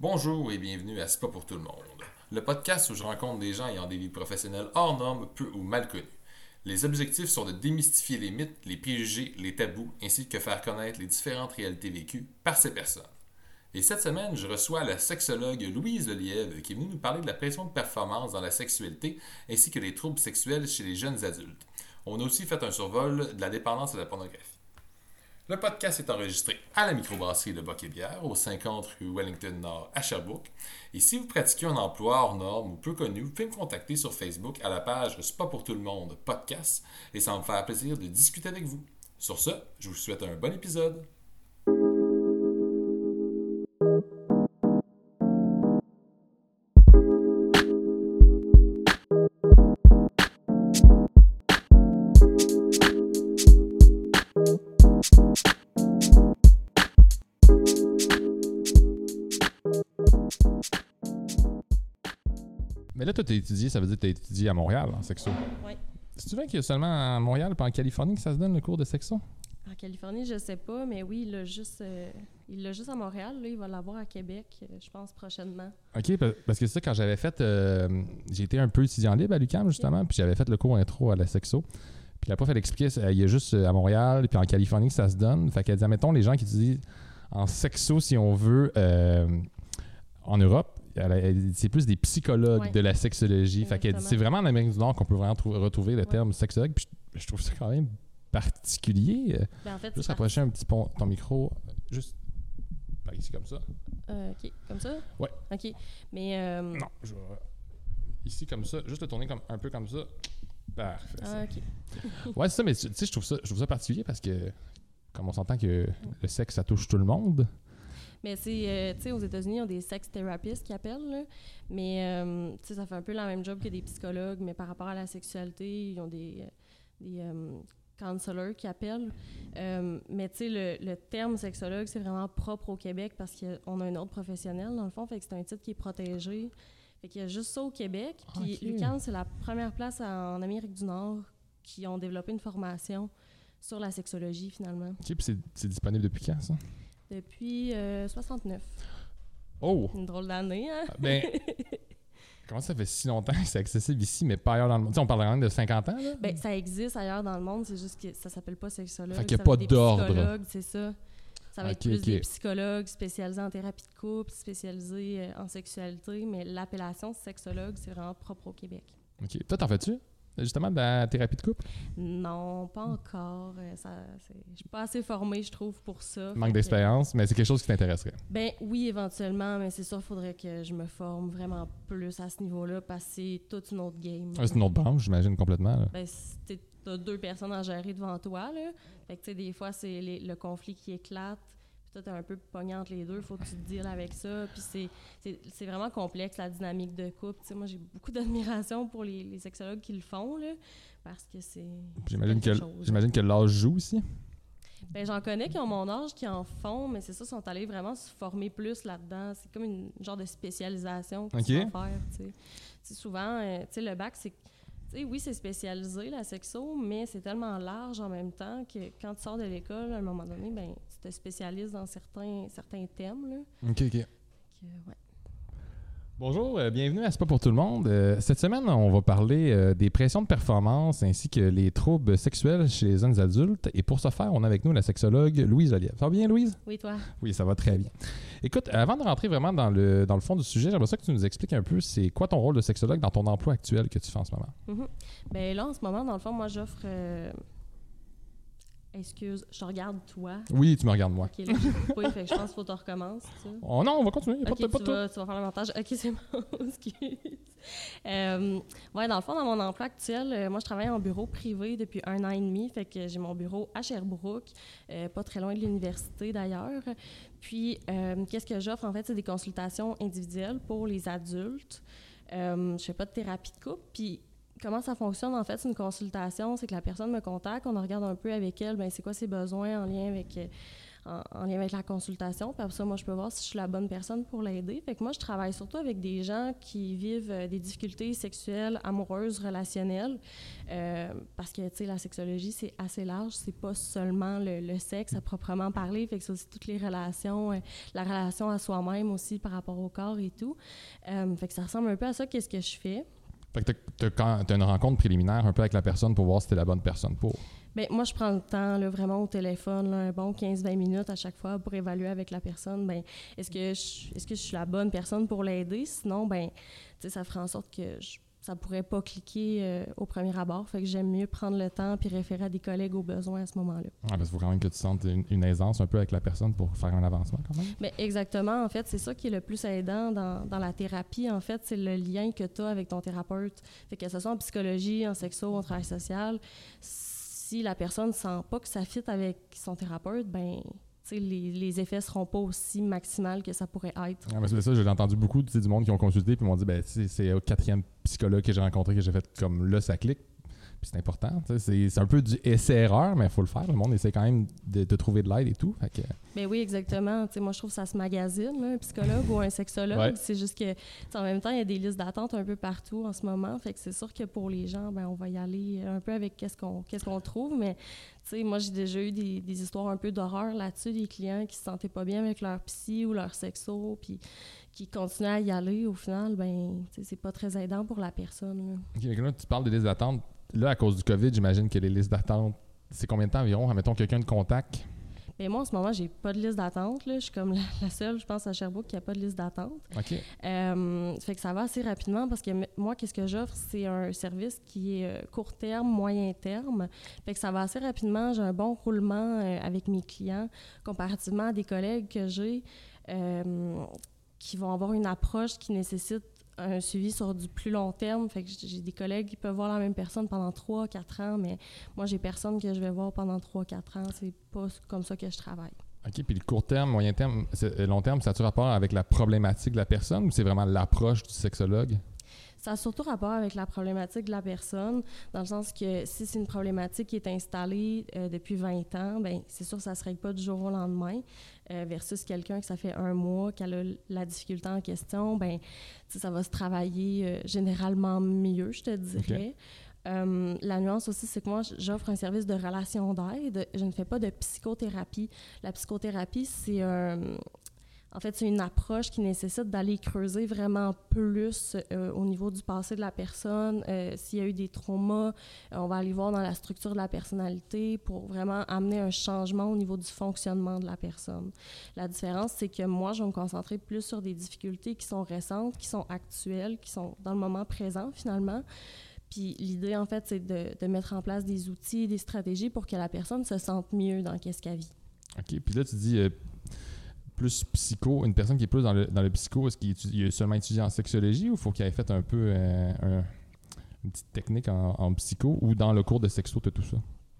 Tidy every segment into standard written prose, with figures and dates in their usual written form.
Bonjour et bienvenue à C'est pas pour tout le monde, le podcast où je rencontre des gens ayant des vies professionnelles hors normes, peu ou mal connues. Les objectifs sont de démystifier les mythes, les préjugés, les tabous, ainsi que faire connaître les différentes réalités vécues par ces personnes. Et cette semaine, je reçois la sexologue Louise Lelièvre qui est venue nous parler de la pression de performance dans la sexualité ainsi que les troubles sexuels chez les jeunes adultes. On a aussi fait un survol de la dépendance à la pornographie. Le podcast est enregistré à la microbrasserie de Boc et Bière, au 50 rue Wellington Nord à Sherbrooke. Et si vous pratiquez un emploi hors norme ou peu connu, vous pouvez me contacter sur Facebook à la page C'est pas pour tout le monde podcast et ça va me faire plaisir de discuter avec vous. Sur ce, je vous souhaite un bon épisode. Mais là, toi, t'as étudié, ça veut dire que t'as étudié à Montréal, en sexo. Oui. C'est-tu vrai qu'il y a seulement à Montréal et en Californie que ça se donne le cours de sexo? En Californie, je sais pas, mais oui, il l'a juste à Montréal. Là, il va l'avoir à Québec, je pense, prochainement. OK, parce que c'est ça, quand j'avais fait... j'ai été un peu étudiant libre à l'UQAM, justement, puis j'avais fait le cours intro à la sexo. Puis la prof, elle expliquait, il y a juste à Montréal puis en Californie que ça se donne. Fait qu'elle disait, mettons, les gens qui étudient en sexo, si on veut, en Europe, c'est plus des psychologues de la sexologie. Fait qu'elle dit, c'est vraiment en Amérique du Nord qu'on peut vraiment retrouver le terme sexologue. Puis je trouve ça quand même particulier. Ben, en fait, juste rapprocher un petit peu ton micro, juste par ici comme ça. OK, comme ça? Ouais. OK, mais... Non, je vais ici comme ça, juste le tourner un peu comme ça. Parfait. Ah, OK. Ouais, c'est ça, mais tu sais, je trouve ça particulier parce que, comme on s'entend que le sexe, ça touche tout le monde. Mais c'est, tu sais, aux États-Unis, ils ont des sex thérapeutes qui appellent, là. Mais, tu sais, ça fait un peu la même job que des psychologues, mais par rapport à la sexualité, ils ont des counselors qui appellent. Mais, tu sais, le terme sexologue, c'est vraiment propre au Québec parce qu'on a un ordre professionnel, dans le fond, fait que c'est un titre qui est protégé. Fait qu'il y a juste ça au Québec. Puis l'UQAM, c'est la première place en Amérique du Nord qui ont développé une formation sur la sexologie, finalement. OK, puis c'est disponible depuis quand, ça? Depuis 69. Oh! Une drôle d'année, hein? Ben, comment ça fait si longtemps que c'est accessible ici, mais pas ailleurs dans le monde? Tu sais, on parle vraiment de 50 ans, là? Ben, ça existe ailleurs dans le monde, c'est juste que ça s'appelle pas sexologue. Fait qu'il n'y a pas d'ordre. Psychologue, c'est ça. Ça va être plus des OK. psychologues spécialisés en thérapie de couple, spécialisés en sexualité, mais l'appellation sexologue, c'est vraiment propre au Québec. OK. Toi, t'en fais-tu? Justement, de la thérapie de couple? Non, pas encore. Je suis pas assez formée, je trouve, pour ça. Manque d'expérience, mais c'est quelque chose qui t'intéresserait. Ben oui, éventuellement, mais c'est sûr, il faudrait que je me forme vraiment plus à ce niveau-là, parce que c'est toute une autre game. C'est une autre branche, j'imagine, complètement. Là. Ben, t'as deux personnes à gérer devant toi, là. Fait que, tu sais, des fois, c'est le conflit qui éclate. Puis toi, t'es un peu pogné entre les deux. Faut que tu te deals avec ça. Puis c'est vraiment complexe, la dynamique de couple. Tu sais, moi, j'ai beaucoup d'admiration pour les sexologues qui le font, là. Parce que c'est... J'imagine que l'âge joue aussi. Ben, j'en connais qui ont mon âge, qui en font, mais c'est ça, sont allés vraiment se former plus là-dedans. C'est comme une genre de spécialisation qu'ils vont faire, tu sais. Souvent, tu sais, le bac, c'est... Oui, c'est spécialisé, la sexo, mais c'est tellement large en même temps que quand tu sors de l'école, à un moment donné, ben, tu te spécialises dans certains thèmes. Là. OK. Ouais. Bonjour, bienvenue à C'est pas pour tout le monde. Cette semaine, on va parler des pressions de performance ainsi que les troubles sexuels chez les jeunes adultes. Et pour ce faire, on a avec nous la sexologue Louise Lelièvre. Ça va bien, Louise? Oui, toi? Oui, ça va très bien. Écoute, avant de rentrer vraiment dans le fond du sujet, j'aimerais ça que tu nous expliques un peu c'est quoi ton rôle de sexologue dans ton emploi actuel que tu fais en ce moment. Mm-hmm. Bien là, en ce moment, dans le fond, moi, j'offre... Excuse, je te regarde toi. Oui, tu me regardes moi. OK, là, je pas, fait que je pense qu'il faut que tu recommences. Oh non, on va continuer. OK, tu vas faire l'avantage. OK, c'est bon, excuse. Ouais, dans le fond, dans mon emploi actuel, moi, je travaille en bureau privé depuis 1 an et demi. Fait que j'ai mon bureau à Sherbrooke, pas très loin de l'université d'ailleurs. Puis, qu'est-ce que j'offre? En fait, c'est des consultations individuelles pour les adultes. Je fais pas de thérapie de couple. Puis, comment ça fonctionne, en fait, c'est une consultation, c'est que la personne me contacte, on regarde un peu avec elle, bien, c'est quoi ses besoins en lien avec en lien avec la consultation. Puis après ça, moi, je peux voir si je suis la bonne personne pour l'aider. Fait que moi, je travaille surtout avec des gens qui vivent des difficultés sexuelles, amoureuses, relationnelles. Parce que, tu sais, la sexologie, c'est assez large. C'est pas seulement le sexe à proprement parler. Fait que c'est aussi toutes les relations, la relation à soi-même aussi par rapport au corps et tout. Fait que ça ressemble un peu à ça, qu'est-ce que je fais. Fait que t'as une rencontre préliminaire un peu avec la personne pour voir si t'es la bonne personne pour. Bien, moi, je prends le temps, là, vraiment au téléphone, là, un bon 15-20 minutes à chaque fois pour évaluer avec la personne, bien, est-ce que je suis la bonne personne pour l'aider? Sinon, bien, tu sais, ça ferait en sorte que ça pourrait pas cliquer au premier abord. Fait que j'aime mieux prendre le temps puis référer à des collègues au besoin à ce moment-là. Ah, parce qu'il faut quand même que tu sentes une aisance un peu avec la personne pour faire un avancement quand même. Bien, exactement. En fait, c'est ça qui est le plus aidant dans la thérapie. En fait, c'est le lien que tu as avec ton thérapeute. Fait que ce soit en psychologie, en sexo, en travail social, si la personne ne sent pas que ça fit avec son thérapeute, ben les effets ne seront pas aussi maximales que ça pourrait être. Ah, c'est ça, j'ai entendu beaucoup du monde qui ont consulté puis m'ont dit c'est au 4e psychologue que j'ai rencontré que j'ai fait comme là, ça clique. Puis c'est important. C'est un peu du essai-erreur, mais il faut le faire. Le monde essaie quand même de trouver de l'aide et tout. Fait que... Ben oui, exactement. T'sais, moi, je trouve que ça se magasine, là, un psychologue ou un sexologue. Ouais. C'est juste que, en même temps, il y a des listes d'attente un peu partout en ce moment. Fait que c'est sûr que pour les gens, ben, on va y aller un peu avec qu'est-ce qu'on trouve. Mais moi, j'ai déjà eu des histoires un peu d'horreur là-dessus, des clients qui se sentaient pas bien avec leur psy ou leur sexo, puis qui continuaient à y aller. Au final, ben, c'est pas très aidant pour la personne. Là. OK, là, tu parles de listes d'attente. Là, à cause du COVID, j'imagine que les listes d'attente, c'est combien de temps environ? Admettons quelqu'un de contact. Bien, moi, en ce moment, j'ai pas de liste d'attente. Là. Je suis comme la seule, je pense, à Sherbrooke qui n'a pas de liste d'attente. OK. Fait que ça va assez rapidement parce que moi, qu'est-ce que j'offre? C'est un service qui est court terme, moyen terme. Fait que ça va assez rapidement. J'ai un bon roulement avec mes clients comparativement à des collègues que j'ai qui vont avoir une approche qui nécessite un suivi sur du plus long terme. Fait que j'ai des collègues qui peuvent voir la même personne pendant 3-4 ans, mais moi, j'ai personne que je vais voir pendant 3-4 ans. C'est pas comme ça que je travaille. OK. Puis le court terme, moyen terme, long terme, ça a-tu rapport avec la problématique de la personne ou c'est vraiment l'approche du sexologue? Ça a surtout rapport avec la problématique de la personne, dans le sens que si c'est une problématique qui est installée depuis 20 ans, bien, c'est sûr que ça ne se règle pas du jour au lendemain, versus quelqu'un que ça fait 1 mois, qui a la difficulté en question, bien, ça va se travailler généralement mieux, je te dirais. Okay. La nuance aussi, c'est que moi, j'offre un service de relation d'aide. Je ne fais pas de psychothérapie. La psychothérapie, c'est en fait, c'est une approche qui nécessite d'aller creuser vraiment plus au niveau du passé de la personne. S'il y a eu des traumas, on va aller voir dans la structure de la personnalité pour vraiment amener un changement au niveau du fonctionnement de la personne. La différence, c'est que moi, je vais me concentrer plus sur des difficultés qui sont récentes, qui sont actuelles, qui sont dans le moment présent, finalement. Puis l'idée, en fait, c'est de mettre en place des outils, des stratégies pour que la personne se sente mieux dans qu'est-ce qu'elle vit. OK. Puis là, tu dis... plus psycho, une personne qui est plus dans le psycho, est-ce qu'il est seulement étudié en sexologie ou il faut qu'il ait fait un peu une petite technique en psycho ou dans le cours de sexo, tu as tout ça?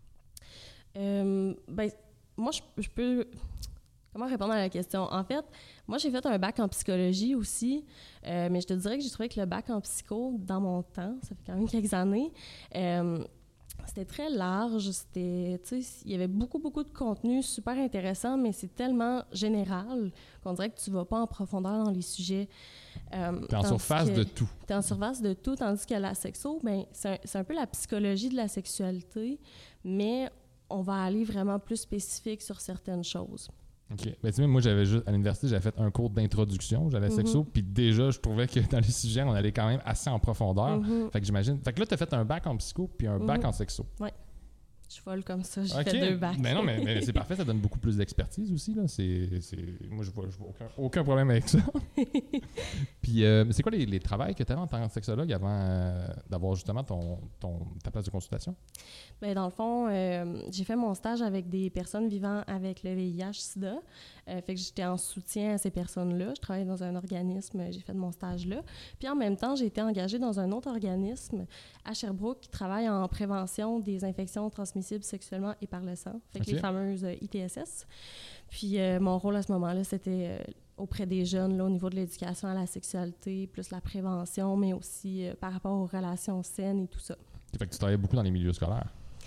Ben, moi, je peux... Comment répondre à la question? En fait, moi, j'ai fait un bac en psychologie aussi, mais je te dirais que j'ai trouvé que le bac en psycho, dans mon temps, ça fait quand même quelques années, c'était très large, il y avait beaucoup de contenu super intéressant, mais c'est tellement général qu'on dirait que tu ne vas pas en profondeur dans les sujets. T'es en surface de tout. T'es en surface de tout, tandis que la sexo, ben, c'est un peu la psychologie de la sexualité, mais on va aller vraiment plus spécifique sur certaines choses. OK. Ben, tu sais, moi, à l'université, j'avais fait un cours d'introduction, j'avais sexo, puis déjà, je trouvais que dans les sujets, on allait quand même assez en profondeur. Fait que j'imagine... Fait que là, tu as fait un bac en psycho, puis un bac en sexo. Oui. Je suis folle comme ça, j'ai fait 2 bacs. Ben non, mais c'est parfait, ça donne beaucoup plus d'expertise aussi, là. Moi, je vois aucun problème avec ça. Puis, c'est quoi les travails que tu avais en tant que sexologue avant d'avoir justement ta place de consultation? Bien, dans le fond, j'ai fait mon stage avec des personnes vivant avec le VIH-Sida. Fait que j'étais en soutien à ces personnes-là. Je travaillais dans un organisme, j'ai fait mon stage là. Puis en même temps, j'ai été engagée dans un autre organisme à Sherbrooke qui travaille en prévention des infections transmissibles sexuellement et par le sang. Fait que les fameuses ITSS. Puis mon rôle à ce moment-là, c'était auprès des jeunes, là, au niveau de l'éducation à la sexualité, plus la prévention, mais aussi par rapport aux relations saines et tout ça. Fait que tu travaillais beaucoup dans les milieux scolaires.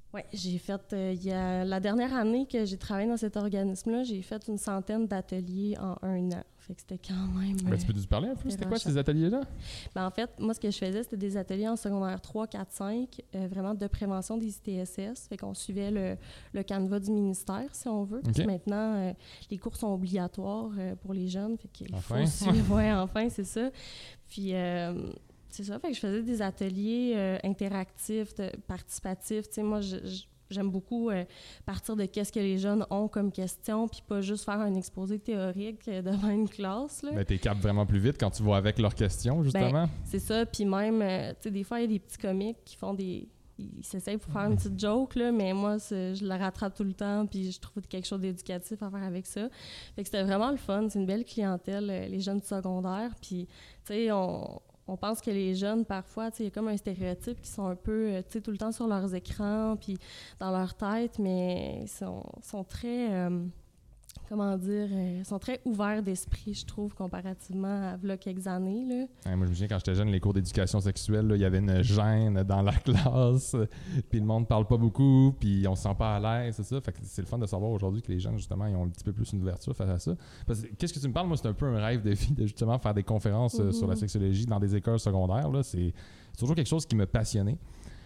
Oui, j'ai fait, il y a la dernière année que j'ai travaillé dans cet organisme-là, j'ai fait une centaine d'ateliers en 1 an. Fait que c'était quand même... Tu peux nous parler un peu? C'était quoi dérangeant. ces ateliers-là? En fait, moi, ce que je faisais, c'était des ateliers en secondaire 3, 4, 5, vraiment de prévention des ITSS. Fait qu'on suivait le canevas du ministère, si on veut. Puis maintenant, les cours sont obligatoires pour les jeunes. Fait qu'il faut suivre. Oui, enfin, c'est ça. Puis... c'est ça, fait que je faisais des ateliers interactifs, participatifs. Tu sais, moi, j'aime beaucoup partir de qu'est-ce que les jeunes ont comme question, puis pas juste faire un exposé théorique devant une classe. Là. Ben, t'es capes vraiment plus vite quand tu vas avec leurs questions, justement. Ben, c'est ça, puis même, tu sais, des fois, il y a des petits comiques qui font des... Ils s'essayent pour faire une petite joke, là, mais moi, je la rattrape tout le temps, puis je trouve quelque chose d'éducatif à faire avec ça. Fait que c'était vraiment le fun. C'est une belle clientèle, les jeunes du secondaire, puis, tu sais, on pense que les jeunes, parfois, il y a comme un stéréotype qui sont un peu, tout le temps sur leurs écrans, puis dans leur tête, mais ils sont très, comment dire, sont très ouverts d'esprit, je trouve, comparativement à v'là quelques années, là. Ouais, moi, je me souviens, quand j'étais jeune, les cours d'éducation sexuelle, il y avait une gêne dans la classe, puis le monde parle pas beaucoup, puis on se sent pas à l'aise, c'est ça. Fait que c'est le fun de savoir aujourd'hui que les jeunes, justement, ils ont un petit peu plus une ouverture face à ça. Parce que, qu'est-ce que tu me parles? Moi, c'est un peu un rêve de vie de justement faire des conférences sur la sexologie dans des écoles secondaires, là. C'est toujours quelque chose qui me passionnait.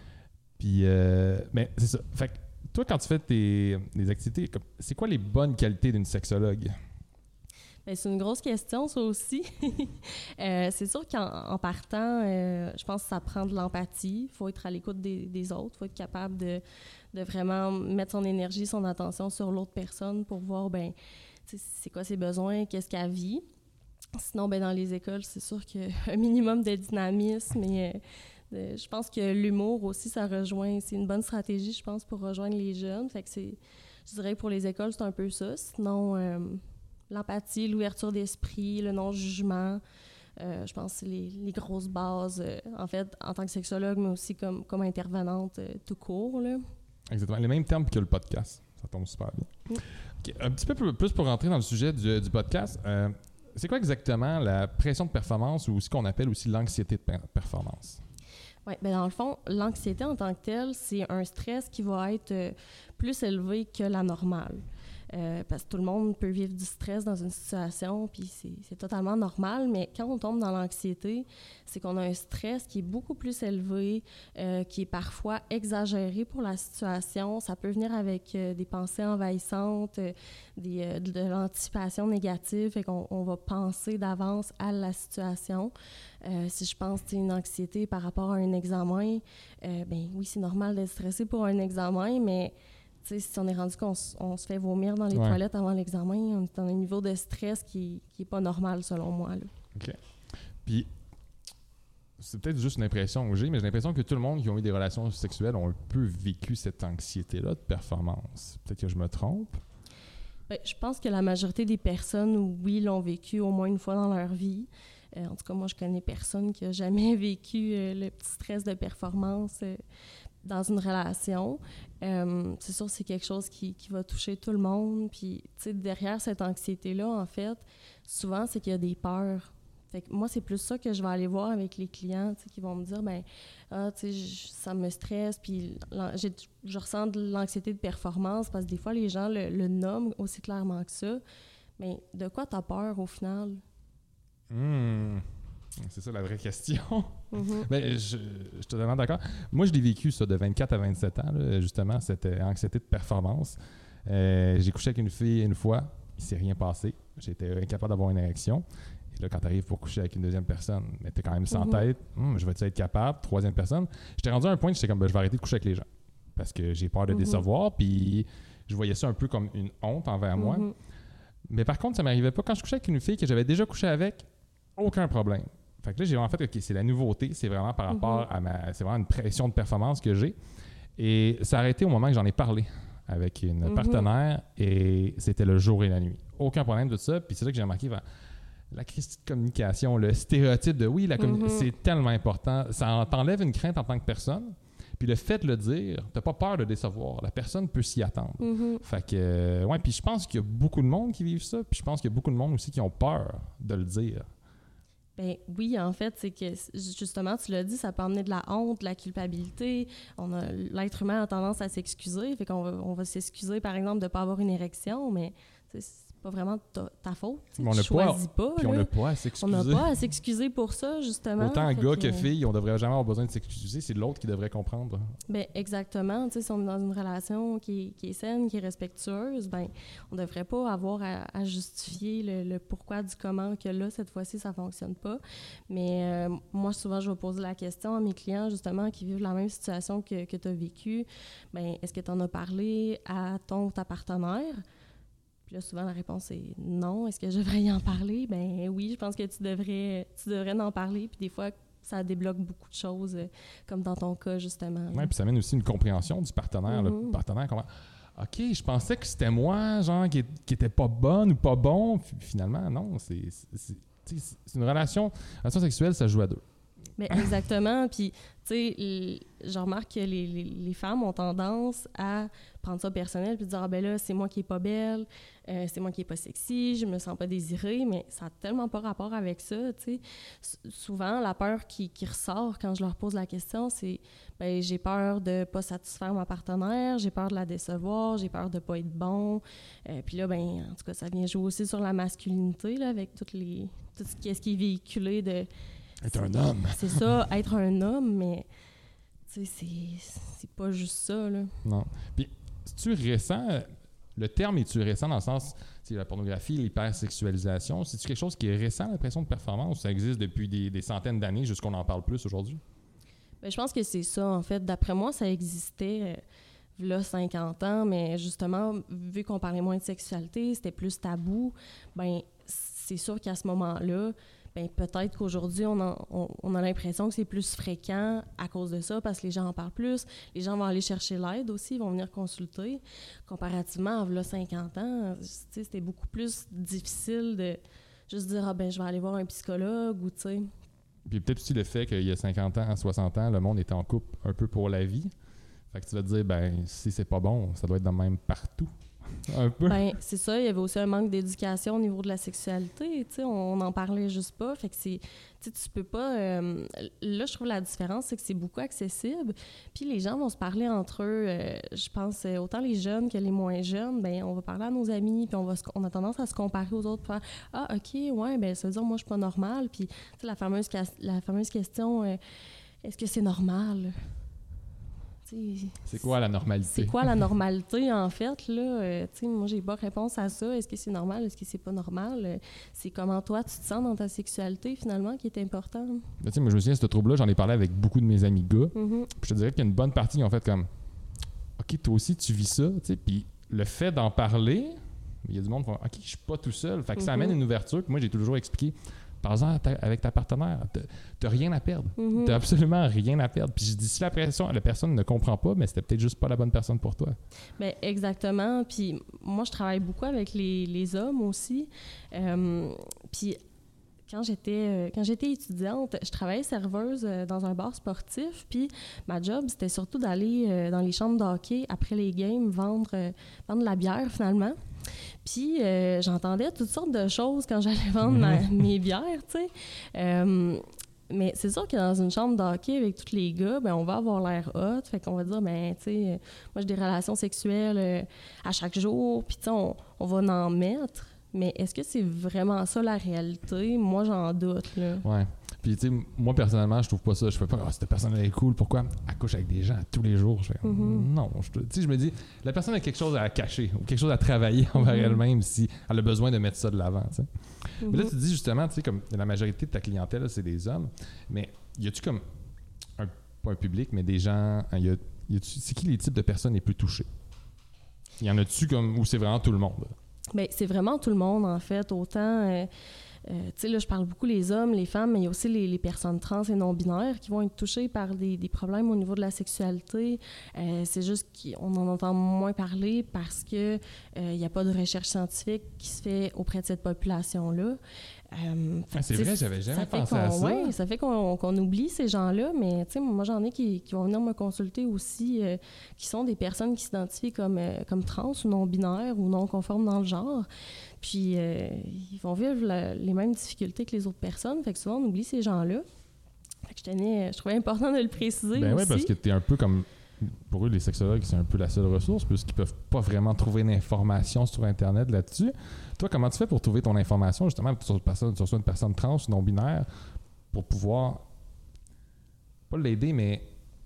Puis, mais c'est ça. Fait que toi, quand tu fais tes activités, c'est quoi les bonnes qualités d'une sexologue? Bien, c'est une grosse question, ça aussi. C'est sûr qu'en partant, je pense que ça prend de l'empathie. Il faut être à l'écoute des autres. Il faut être capable de vraiment mettre son énergie, son attention sur l'autre personne pour voir, ben, c'est quoi ses besoins, qu'est-ce qu'elle vit. Sinon, ben, dans les écoles, c'est sûr qu'il y a un minimum de dynamisme et... je pense que l'humour aussi, ça rejoint... C'est une bonne stratégie, je pense, pour rejoindre les jeunes. Fait que je dirais que pour les écoles, c'est un peu ça. Sinon, l'empathie, l'ouverture d'esprit, le non-jugement, je pense que c'est les grosses bases, en fait, en tant que sexologue, mais aussi comme intervenante tout court, là. Exactement. Les mêmes termes que le podcast. Ça tombe super bien. Okay. Un petit peu plus pour rentrer dans le sujet du podcast. C'est quoi exactement la pression de performance ou ce qu'on appelle aussi l'anxiété de performance? Oui, bien dans le fond, l'anxiété en tant que telle, c'est un stress qui va être plus élevé que la normale. Parce que tout le monde peut vivre du stress dans une situation, puis c'est totalement normal, mais quand on tombe dans l'anxiété, c'est qu'on a un stress qui est beaucoup plus élevé, qui est parfois exagéré pour la situation. Ça peut venir avec des pensées envahissantes, de l'anticipation négative, fait qu'on va penser d'avance à la situation. Si je pense une anxiété par rapport à un examen, ben oui, c'est normal d'être stressé pour un examen, mais si on est rendu qu'on se fait vomir dans les toilettes avant l'examen, on est dans un niveau de stress qui est pas normal, selon moi, là. OK. Puis, c'est peut-être juste une impression que j'ai, mais j'ai l'impression que tout le monde qui a eu des relations sexuelles ont un peu vécu cette anxiété-là de performance. Peut-être que je me trompe. Bien, je pense que la majorité des personnes, oui, l'ont vécu au moins une fois dans leur vie. En tout cas, moi, je connais personne qui a jamais vécu le petit stress de performance dans une relation. C'est sûr, c'est quelque chose qui va toucher tout le monde. Puis, tu sais, derrière cette anxiété-là, en fait, souvent, c'est qu'il y a des peurs. Fait que moi, c'est plus ça que je vais aller voir avec les clients, tu sais, qui vont me dire, ben, tu sais, ça me stresse, puis je ressens de l'anxiété de performance, parce que des fois, les gens le nomment aussi clairement que ça. Mais de quoi t'as peur, au final? C'est ça la vraie question. Ben, je suis totalement d'accord. Moi, je l'ai vécu, ça, de 24 à 27 ans, là, justement, cette anxiété de performance. J'ai couché avec une fille une fois, il ne s'est rien passé. J'étais incapable d'avoir une érection. Et là, quand tu arrives pour coucher avec une deuxième personne, mais tu es quand même sans tête, je vais-tu être capable? Troisième personne. J'étais rendu à un point où j'étais comme, ben, je vais arrêter de coucher avec les gens. Parce que j'ai peur de décevoir, puis je voyais ça un peu comme une honte envers moi. Mais par contre, ça ne m'arrivait pas. Quand je couchais avec une fille que j'avais déjà couché avec, aucun problème. Fait que là, j'ai vraiment fait, OK, c'est la nouveauté, c'est vraiment par rapport à c'est vraiment une pression de performance que j'ai. Et ça a arrêté au moment que j'en ai parlé avec une partenaire et c'était le jour et la nuit. Aucun problème de ça. Puis c'est là que j'ai remarqué la crise de communication, le stéréotype de oui, c'est tellement important. Ça t'enlève une crainte en tant que personne. Puis le fait de le dire, t'as pas peur de décevoir. La personne peut s'y attendre. Fait que, ouais, puis je pense qu'il y a beaucoup de monde qui vivent ça. Puis je pense qu'il y a beaucoup de monde aussi qui ont peur de le dire. Ben oui, en fait, c'est que justement, tu l'as dit, ça peut emmener de la honte, de la culpabilité. L'être humain a tendance à s'excuser, fait on va s'excuser, par exemple, de ne pas avoir une érection, mais c'est pas vraiment ta faute. Tu choisis pas. Puis on n'a pas à s'excuser. On n'a pas à s'excuser pour ça, justement. Autant gars que fille, on devrait jamais avoir besoin de s'excuser, c'est l'autre qui devrait comprendre. Ben exactement. Tu sais, si on est dans une relation qui est saine, qui est respectueuse, ben on devrait pas avoir à justifier le pourquoi du comment que là, cette fois-ci, ça fonctionne pas. Mais moi, souvent, je vais poser la question à mes clients, justement, qui vivent la même situation que tu as vécu. Ben est-ce que tu en as parlé à ton ou ta partenaire? Puis là, souvent, la réponse est non. Est-ce que je devrais y en parler? Ben oui, je pense que tu devrais en parler. Puis des fois, ça débloque beaucoup de choses, comme dans ton cas, justement. Oui, puis ça amène aussi une compréhension du partenaire. Le partenaire, comment... OK, je pensais que c'était moi, genre, qui était pas bonne ou pas bon. Puis finalement, non. C'est une relation sexuelle, ça joue à deux. Mais exactement. Puis, tu sais, je remarque que les femmes ont tendance à prendre ça personnel puis dire « Ah ben là, c'est moi qui est pas belle, c'est moi qui est pas sexy, je me sens pas désirée. » Mais ça a tellement pas rapport avec ça, tu sais. Souvent, la peur qui ressort quand je leur pose la question, c'est « Ben j'ai peur de pas satisfaire ma partenaire, j'ai peur de la décevoir, j'ai peur de pas être bon. » Puis là, ben en tout cas, ça vient jouer aussi sur la masculinité, là, avec tout ce qui est véhiculé de... Être un homme. C'est ça, être un homme, mais tu sais, c'est pas juste ça, là. Non. Puis, c'est-tu récent, le terme est-tu récent dans le sens, c'est la pornographie, l'hypersexualisation, c'est-tu quelque chose qui est récent, l'impression de performance, ou ça existe depuis des centaines d'années, juste qu'on en parle plus aujourd'hui? Bien, je pense que c'est ça, en fait. D'après moi, ça existait là 50 ans, mais justement, vu qu'on parlait moins de sexualité, c'était plus tabou, ben c'est sûr qu'à ce moment-là, ben peut-être qu'aujourd'hui, on a l'impression que c'est plus fréquent à cause de ça, parce que les gens en parlent plus. Les gens vont aller chercher l'aide aussi, ils vont venir consulter. Comparativement à là, 50 ans, c'était beaucoup plus difficile de juste dire « Ah ben je vais aller voir un psychologue » ou tu sais. Puis peut-être aussi le fait qu'il y a 50 ans, 60 ans, le monde était en couple un peu pour la vie. Fait que tu vas te dire, ben si c'est pas bon, ça doit être de même partout. Un peu. Ben c'est ça, il y avait aussi un manque d'éducation au niveau de la sexualité, tu sais, on n'en parlait juste pas, fait que c'est, tu peux pas, là je trouve la différence, c'est que c'est beaucoup accessible, puis les gens vont se parler entre eux, je pense, autant les jeunes que les moins jeunes, ben on va parler à nos amis, puis on a tendance à se comparer aux autres, pour faire « Ah, OK, ouais, ben ça veut dire moi je suis pas normale », puis tu sais, la fameuse question « Est-ce que c'est normal? » C'est quoi la normalité? C'est quoi la normalité, en fait, là? Moi, j'ai pas réponse à ça. Est-ce que c'est normal? Est-ce que c'est pas normal? C'est comment toi, tu te sens dans ta sexualité, finalement, qui est important. Ben, moi, je me souviens, ce trouble-là, j'en ai parlé avec beaucoup de mes amis gars. Mm-hmm. Puis je te dirais qu'il y a une bonne partie qui ont fait comme « OK, toi aussi, tu vis ça. » Puis le fait d'en parler, il y a du monde qui font « OK, je suis pas tout seul. » Fait que ça amène une ouverture. Puis moi, j'ai toujours expliqué par exemple, avec ta partenaire, t'as rien à perdre. Mm-hmm. T'as absolument rien à perdre. Puis je dis, si la personne ne comprend pas, mais c'était peut-être juste pas la bonne personne pour toi. Bien, exactement. Puis moi, je travaille beaucoup avec les hommes aussi. Puis quand j'étais étudiante, je travaillais serveuse dans un bar sportif. Puis ma job, c'était surtout d'aller dans les chambres de hockey après les games, vendre de la bière, finalement. Puis j'entendais toutes sortes de choses quand j'allais vendre mes bières, tu sais. Mais c'est sûr que dans une chambre de hockey avec tous les gars, ben on va avoir l'air hot. Fait qu'on va dire, ben tu sais, moi j'ai des relations sexuelles à chaque jour, puis tu sais, on va en mettre. Mais est-ce que c'est vraiment ça la réalité? Moi, j'en doute, là. Ouais. Puis, tu sais, moi, personnellement, je trouve pas ça. Je fais pas, cette personne-là est cool. Pourquoi? Elle couche avec des gens tous les jours. Je fais, non. Tu sais, je me dis, la personne a quelque chose à cacher ou quelque chose à travailler envers elle-même si elle a besoin de mettre ça de l'avant, tu sais. Mais là, tu dis justement, tu sais, comme la majorité de ta clientèle, là, c'est des hommes. Mais y a-tu comme, pas un public, mais des gens, c'est qui les types de personnes les plus touchées? Y en a-tu comme, ou c'est vraiment tout le monde? Bien, c'est vraiment tout le monde, en fait. Autant, tu sais, là, je parle beaucoup les hommes, les femmes, mais il y a aussi les personnes trans et non-binaires qui vont être touchées par des problèmes au niveau de la sexualité. C'est juste qu'on en entend moins parler parce que il n'y a pas de recherche scientifique qui se fait auprès de cette population-là. C'est vrai, j'avais jamais pensé à ça. Oui, ça fait qu'on oublie ces gens-là, mais tu sais, moi, j'en ai qui vont venir me consulter aussi, qui sont des personnes qui s'identifient comme trans ou non-binaires ou non conformes dans le genre. Puis, ils vont vivre les mêmes difficultés que les autres personnes. Fait que souvent, on oublie ces gens-là. Fait que je trouvais important de le préciser aussi. Oui, parce que t'es un peu comme... Pour eux, les sexologues, c'est un peu la seule ressource, puisqu'ils peuvent pas vraiment trouver d'informations sur Internet là-dessus. Toi, comment tu fais pour trouver ton information, justement, sur une personne trans ou non-binaire, pour pouvoir, pas l'aider, mais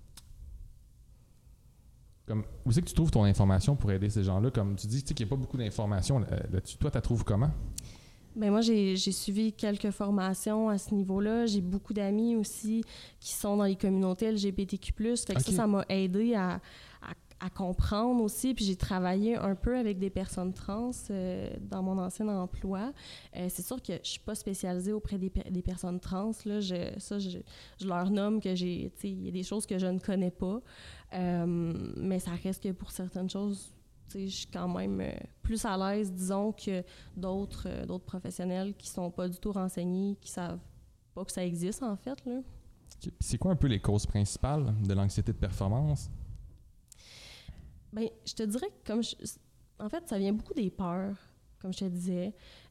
comme, où c'est que tu trouves ton information pour aider ces gens-là? Comme tu dis, tu sais qu'il n'y a pas beaucoup d'informations là-dessus. Toi, tu la trouves comment? Ben moi, j'ai suivi quelques formations à ce niveau-là. J'ai beaucoup d'amis aussi qui sont dans les communautés LGBTQ+. Fait que ça m'a aidé à comprendre aussi. Puis j'ai travaillé un peu avec des personnes trans dans mon ancien emploi. C'est sûr que je suis pas spécialisée auprès des personnes trans. Là. Je leur nomme que il y a des choses que je ne connais pas. Mais ça reste que pour certaines choses, je suis quand même plus à l'aise, disons, que d'autres professionnels qui sont pas du tout renseignés, qui savent pas que ça existe, en fait. Là. C'est quoi un peu les causes principales de l'anxiété de performance? Bien, je te dirais que en fait, ça vient beaucoup des peurs, comme je te disais.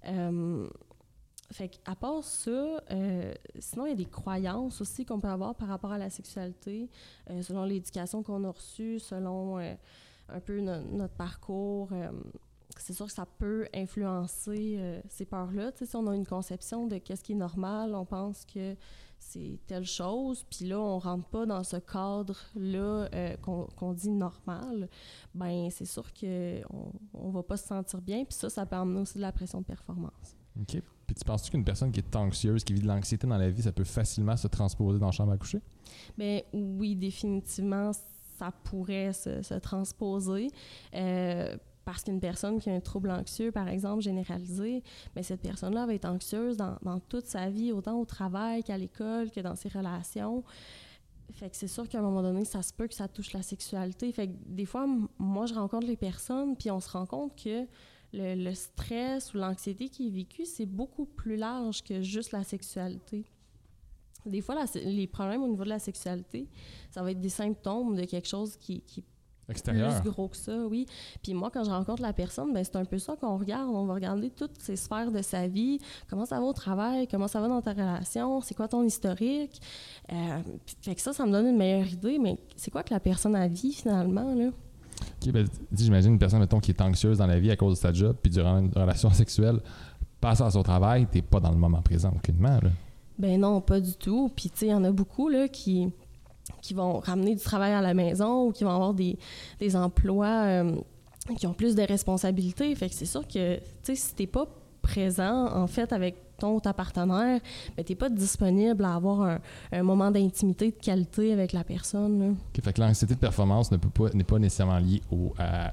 Fait qu'à part ça, sinon, il y a des croyances aussi qu'on peut avoir par rapport à la sexualité, selon l'éducation qu'on a reçue, selon... un peu notre parcours. C'est sûr que ça peut influencer ces peurs-là. Tu sais, si on a une conception de qu'est-ce qui est normal, on pense que c'est telle chose, puis là, on rentre pas dans ce cadre-là qu'on dit normal, ben c'est sûr qu'on va pas se sentir bien, puis ça peut amener aussi de la pression de performance. OK. Puis tu penses-tu qu'une personne qui est anxieuse, qui vit de l'anxiété dans la vie, ça peut facilement se transposer dans la chambre à coucher? Bien, oui, définitivement, ça pourrait se transposer. Parce qu'une personne qui a un trouble anxieux, par exemple, généralisé, bien, cette personne-là va être anxieuse dans toute sa vie, autant au travail qu'à l'école, que dans ses relations. Fait que c'est sûr qu'à un moment donné, ça se peut que ça touche la sexualité. Fait que des fois, moi, je rencontre les personnes, puis on se rend compte que le stress ou l'anxiété qui est vécu, c'est beaucoup plus large que juste la sexualité. Des fois, les problèmes au niveau de la sexualité, ça va être des symptômes de quelque chose qui extérieur. Plus gros que ça, oui. Puis moi, quand je rencontre la personne, ben c'est un peu ça qu'on regarde. On va regarder toutes ces sphères de sa vie. Comment ça va au travail? Comment ça va dans ta relation? C'est quoi ton historique? Fait que ça me donne une meilleure idée. Mais c'est quoi que la personne a vit, finalement, là? OK, ben, j'imagine une personne, mettons, qui est anxieuse dans la vie à cause de sa job, puis durant une relation sexuelle, passe à son travail, t'es pas dans le moment présent aucunement, là. Ben non, pas du tout. Puis, tu sais, il y en a beaucoup, là, qui vont ramener du travail à la maison ou qui vont avoir des emplois qui ont plus de responsabilités. Fait que c'est sûr que, tu sais, si t'es pas présent, en fait, avec ton ou ta partenaire, ben t'es pas disponible à avoir un moment d'intimité de qualité avec la personne, là. OK, fait que l'anxiété de performance n'est pas nécessairement liée au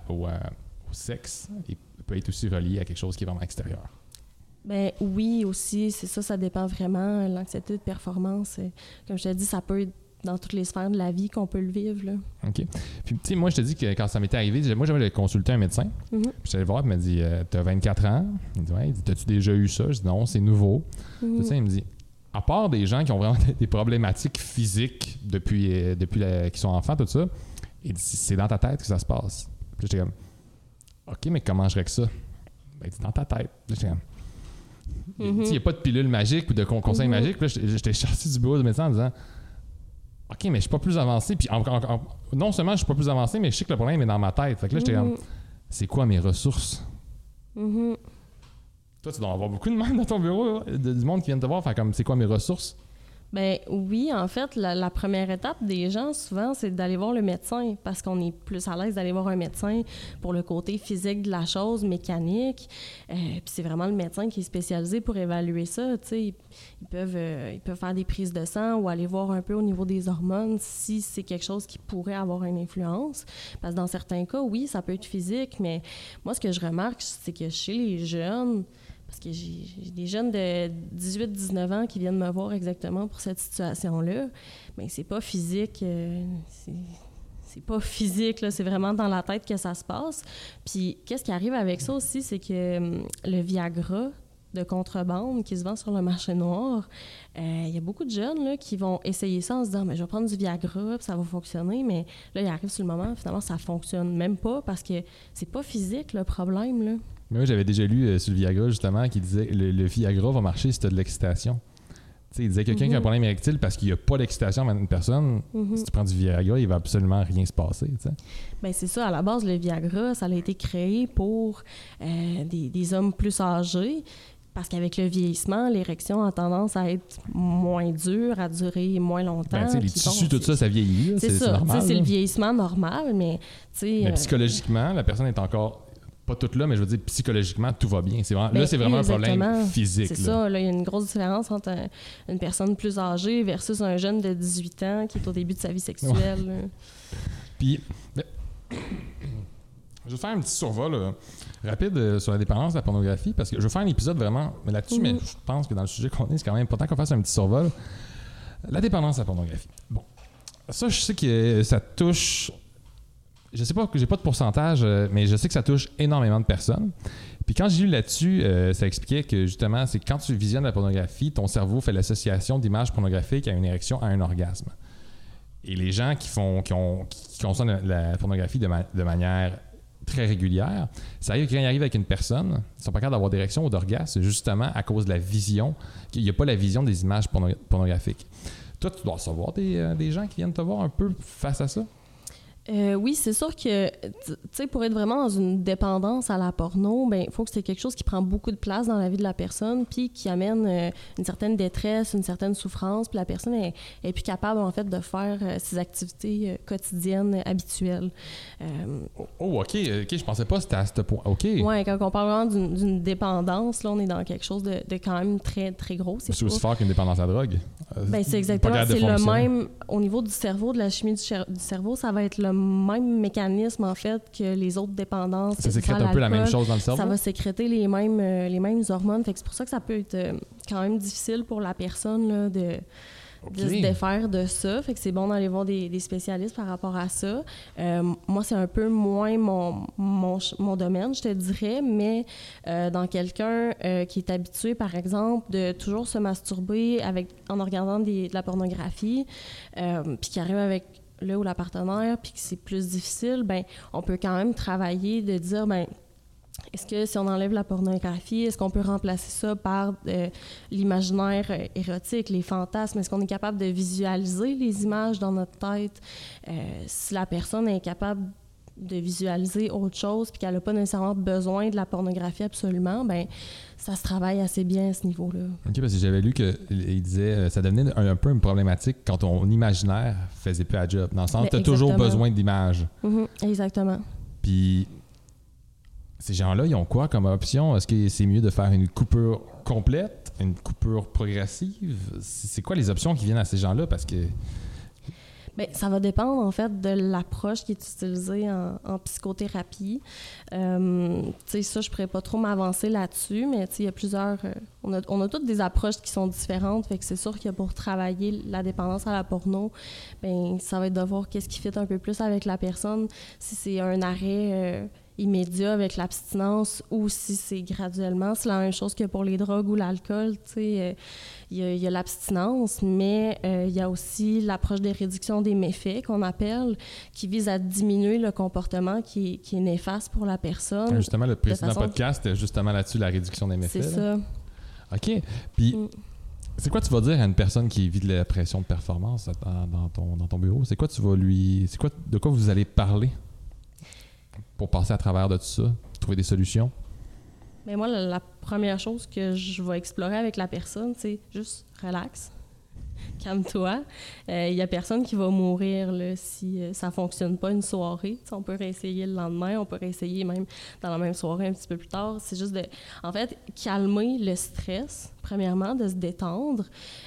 sexe. Il peut être aussi relié à quelque chose qui est vraiment extérieur. Ben oui, aussi, c'est ça, ça dépend vraiment. L'anxiété de performance, comme je te dis, ça peut être dans toutes les sphères de la vie qu'on peut le vivre, là. OK. Puis, tu sais, moi, je te dis que quand ça m'était arrivé, moi, j'avais consulté un médecin. Mm-hmm. Puis, je suis allé voir, il m'a dit t'as 24 ans. Il me dit ouais, t'as-tu déjà eu ça? Je dis non, c'est nouveau. Mm-hmm. Tout ça, il me dit à part des gens qui ont vraiment des problématiques physiques depuis qu'ils sont enfants, tout ça, il dit c'est dans ta tête que ça se passe. Puis, j'étais comme OK, mais comment je règle ça? Ben, il dit dans ta tête. Puis, j'étais comme il n'y a pas de pilule magique ou de conseil magique. Puis là, j'étais sorti du bureau du médecin en disant OK, mais je suis pas plus avancé. Puis non seulement je suis pas plus avancé, mais je sais que le problème est dans ma tête. Fait que là, j'étais comme c'est quoi mes ressources? Toi, tu dois avoir beaucoup de monde dans ton bureau, du monde qui vient te voir. Fait comme c'est quoi mes ressources? Ben oui, en fait, la première étape des gens, souvent, c'est d'aller voir le médecin parce qu'on est plus à l'aise d'aller voir un médecin pour le côté physique de la chose, mécanique. Puis c'est vraiment le médecin qui est spécialisé pour évaluer ça. Tu sais, ils peuvent faire des prises de sang ou aller voir un peu au niveau des hormones si c'est quelque chose qui pourrait avoir une influence. Parce que dans certains cas, oui, ça peut être physique, mais moi, ce que je remarque, c'est que chez les jeunes, parce que j'ai des jeunes de 18-19 ans qui viennent me voir exactement pour cette situation-là. Bien, c'est pas physique. C'est pas physique, là. C'est vraiment dans la tête que ça se passe. Puis, qu'est-ce qui arrive avec ça aussi, c'est que le Viagra de contrebande qui se vend sur le marché noir, il y a beaucoup de jeunes là, qui vont essayer ça en se disant « je vais prendre du Viagra, puis ça va fonctionner », mais là, il arrive sur le moment, finalement, ça fonctionne même pas parce que c'est pas physique, le problème, là. Moi, j'avais déjà lu sur le Viagra, justement, qui disait que le Viagra va marcher si tu as de l'excitation. Il disait que quelqu'un qui a un problème érectile parce qu'il n'y a pas d'excitation avec une personne, si tu prends du Viagra, il va absolument rien se passer. Bien, c'est ça. À la base, le Viagra, ça a été créé pour des hommes plus âgés. Parce qu'avec le vieillissement, l'érection a tendance à être moins dure, à durer moins longtemps. Les tissus, tout ça, ça vieillit. C'est ça. Normal. C'est le vieillissement normal, mais... Mais psychologiquement, la personne est encore... Pas toute là, mais je veux dire, psychologiquement, tout va bien. C'est vraiment un problème physique. C'est ça. Là, il y a une grosse différence entre une personne plus âgée versus un jeune de 18 ans qui est au début de sa vie sexuelle. Ouais. Puis, je vais faire un petit survol rapide sur la dépendance de la pornographie, parce que je vais faire un épisode vraiment là-dessus, mais je pense que dans le sujet qu'on est, c'est quand même important qu'on fasse un petit survol. La dépendance à la pornographie. Bon. Ça, je sais que ça touche... Je sais pas, j'ai pas de pourcentage, mais je sais que ça touche énormément de personnes. Puis quand j'ai lu là-dessus, ça expliquait que justement, c'est quand tu visionnes la pornographie, ton cerveau fait l'association d'images pornographiques à une érection, à un orgasme. Et les gens qui consomment la pornographie de manière très régulière, ça arrive quand ils arrivent avec une personne, ils sont pas capables d'avoir d'érection ou d'orgasme, justement à cause de la vision, qu'il n'y a pas la vision des images pornographiques. Toi, tu dois recevoir des gens qui viennent te voir un peu face à ça? Oui, c'est sûr que, tu sais, pour être vraiment dans une dépendance à la porno, ben il faut que c'est quelque chose qui prend beaucoup de place dans la vie de la personne, puis qui amène une certaine détresse, une certaine souffrance, puis la personne est plus capable, en fait, de faire ses activités quotidiennes habituelles. OK, je pensais pas que c'était à ce point. OK. Oui, quand on parle vraiment d'une dépendance, là, on est dans quelque chose de quand même très, très gros. C'est aussi fort qu'une dépendance à la drogue. Ben, c'est exactement, c'est le même, au niveau du cerveau, de la chimie du cerveau, ça va être le même mécanisme, en fait, que les autres dépendances. Ça sécrète un peu la même chose dans le cerveau? Ça va sécréter les mêmes hormones. Fait que c'est pour ça que ça peut être quand même difficile pour la personne là, de se défaire de ça. Fait que c'est bon d'aller voir des spécialistes par rapport à ça. Moi, c'est un peu moins mon domaine, je te dirais, mais dans quelqu'un qui est habitué, par exemple, de toujours se masturber en regardant de la pornographie, puis qui arrive avec le ou la partenaire, puis que c'est plus difficile, ben on peut quand même travailler de dire, ben est-ce que si on enlève la pornographie, est-ce qu'on peut remplacer ça par l'imaginaire érotique, les fantasmes? Est-ce qu'on est capable de visualiser les images dans notre tête? Si la personne est capable de visualiser autre chose puis qu'elle n'a pas nécessairement besoin de la pornographie absolument, ben ça se travaille assez bien à ce niveau-là. OK, parce que j'avais lu qu'il disait ça devenait un peu une problématique quand ton imaginaire faisait plus la job. Dans le sens, tu as toujours besoin d'images. Exactement. Puis ces gens-là, ils ont quoi comme option? Est-ce que c'est mieux de faire une coupure complète, une coupure progressive? C'est quoi les options qui viennent à ces gens-là? Parce que... Bien, ça va dépendre, en fait, de l'approche qui est utilisée en psychothérapie. Tu sais, ça, je pourrais pas trop m'avancer là-dessus, mais tu sais, il y a plusieurs... on a toutes des approches qui sont différentes, fait que c'est sûr que pour travailler la dépendance à la porno, bien, ça va être de voir qu'est-ce qui fit un peu plus avec la personne, si c'est un arrêt... immédiat avec l'abstinence ou si c'est graduellement. C'est la même chose que pour les drogues ou l'alcool. Tu sais, il y a l'abstinence, mais il y a aussi l'approche de réduction des méfaits qu'on appelle, qui vise à diminuer le comportement qui est néfaste pour la personne. Justement, le précédent podcast était justement là-dessus, la réduction des méfaits. C'est ça. OK. Puis, c'est quoi tu vas dire à une personne qui vit de la pression de performance dans ton bureau? C'est quoi tu vas lui... C'est quoi, de quoi vous allez parler pour passer à travers de tout ça, trouver des solutions? Bien, moi, la première chose que je vais explorer avec la personne, c'est juste relax, calme-toi. Il n'y a personne qui va mourir là, si ça ne fonctionne pas une soirée. T'sais, on peut réessayer le lendemain, on peut réessayer même dans la même soirée un petit peu plus tard. C'est juste de, en fait, calmer le stress, premièrement, de se détendre.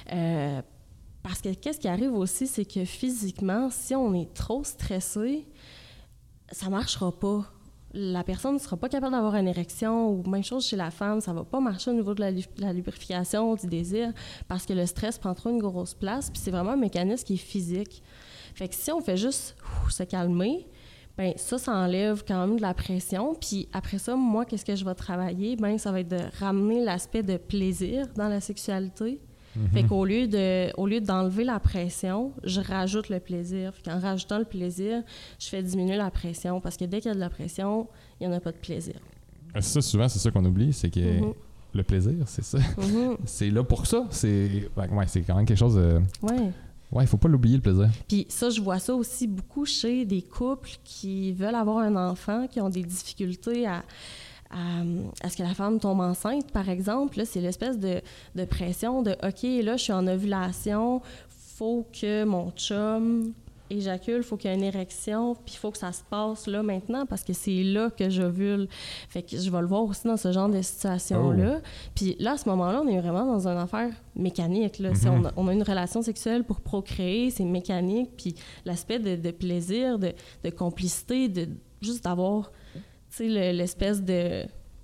Parce que qu'est-ce qui arrive aussi, c'est que physiquement, si on est trop stressé, ça marchera pas. La personne ne sera pas capable d'avoir une érection, ou même chose chez la femme, ça va pas marcher au niveau de la lubrification, du désir, parce que le stress prend trop une grosse place, puis c'est vraiment un mécanisme qui est physique. Fait que si on fait juste se calmer, bien ça enlève quand même de la pression, puis après ça, moi, qu'est-ce que je vais travailler? Bien, ça va être de ramener l'aspect de plaisir dans la sexualité. Fait qu'au lieu d'enlever la pression, je rajoute le plaisir. Fait qu'en rajoutant le plaisir, je fais diminuer la pression parce que dès qu'il y a de la pression, il n'y en a pas de plaisir. Ça, souvent, c'est ça qu'on oublie, c'est que le plaisir, c'est ça. C'est là pour ça. C'est quand même quelque chose de... Ouais, il faut pas l'oublier, le plaisir. Puis ça, je vois ça aussi beaucoup chez des couples qui veulent avoir un enfant, qui ont des difficultés à ce que la femme tombe enceinte, par exemple. Là, c'est l'espèce de pression de « OK, là, je suis en ovulation, faut que mon chum éjacule, faut qu'il y ait une érection, puis il faut que ça se passe là maintenant parce que c'est là que j'ovule. » Fait que je vais le voir aussi dans ce genre de situation-là. Puis là, à ce moment-là, on est vraiment dans une affaire mécanique. Là. On a une relation sexuelle pour procréer, c'est mécanique, puis l'aspect de plaisir, de complicité, de juste d'avoir... Tu sais, l'espèce de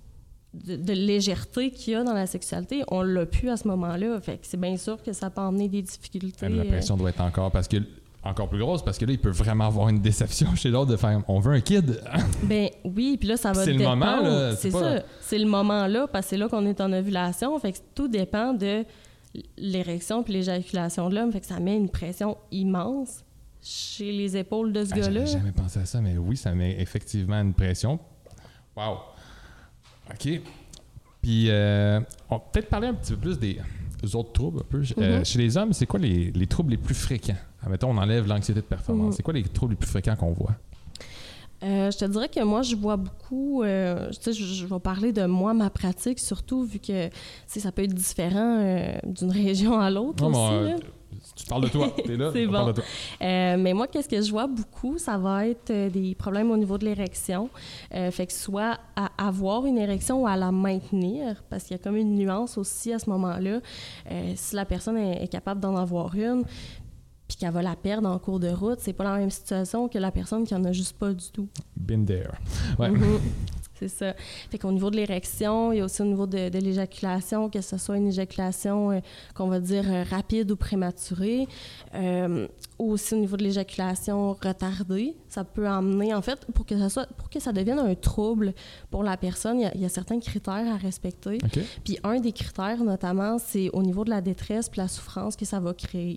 légèreté qu'il y a dans la sexualité, on l'a plus à ce moment-là. Fait que c'est bien sûr que ça peut emmener des difficultés. La pression doit être encore plus grosse parce que là, il peut vraiment avoir une déception chez l'autre de faire « on veut un kid ». Ben oui, puis là, ça va dépendre. C'est le moment, là. C'est ça. C'est le moment là parce que c'est là qu'on est en ovulation. Fait que tout dépend de l'érection puis l'éjaculation de l'homme. Fait que ça met une pression immense chez les épaules de ce gars-là. J'avais jamais pensé à ça, mais oui, ça met effectivement une pression. Wow! OK. Puis, on va peut-être parler un petit peu plus des autres troubles. Un peu. Chez les hommes, c'est quoi les troubles les plus fréquents? Admettons, on enlève l'anxiété de performance. C'est quoi les troubles les plus fréquents qu'on voit? Je te dirais que moi, je vois beaucoup... je vais parler de moi, ma pratique, surtout, vu que ça peut être différent d'une région à l'autre aussi. Tu parles de toi, t'es là, c'est on bon. parle de toi. Mais moi, qu'est-ce que je vois beaucoup, ça va être des problèmes au niveau de l'érection. Fait que soit à avoir une érection ou à la maintenir, parce qu'il y a comme une nuance aussi à ce moment-là. Si la personne est capable d'en avoir une, puis qu'elle va la perdre en cours de route, c'est pas la même situation que la personne qui en a juste pas du tout. Been there. Ouais. C'est ça. Fait qu'au niveau de l'érection, il y a aussi au niveau de l'éjaculation, que ce soit une éjaculation qu'on va dire rapide ou prématurée, ou aussi au niveau de l'éjaculation retardée. Ça peut amener, en fait, pour que ça devienne un trouble pour la personne, il y a certains critères à respecter. Okay. Puis un des critères, notamment, c'est au niveau de la détresse puis la souffrance que ça va créer.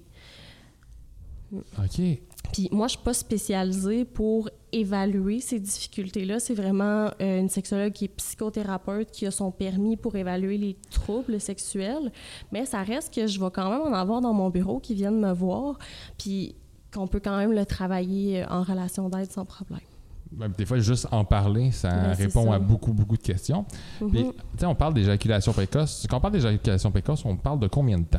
OK. Puis moi, je suis pas spécialisée pour évaluer ces difficultés-là. C'est vraiment une sexologue qui est psychothérapeute qui a son permis pour évaluer les troubles sexuels. Mais ça reste que je vais quand même en avoir dans mon bureau qui viennent me voir, puis qu'on peut quand même le travailler en relation d'aide sans problème. Ben, des fois, juste en parler, ça répond à beaucoup, beaucoup de questions. Puis, tu sais, on parle d'éjaculation précoce. Quand on parle d'éjaculation précoce, on parle de combien de temps?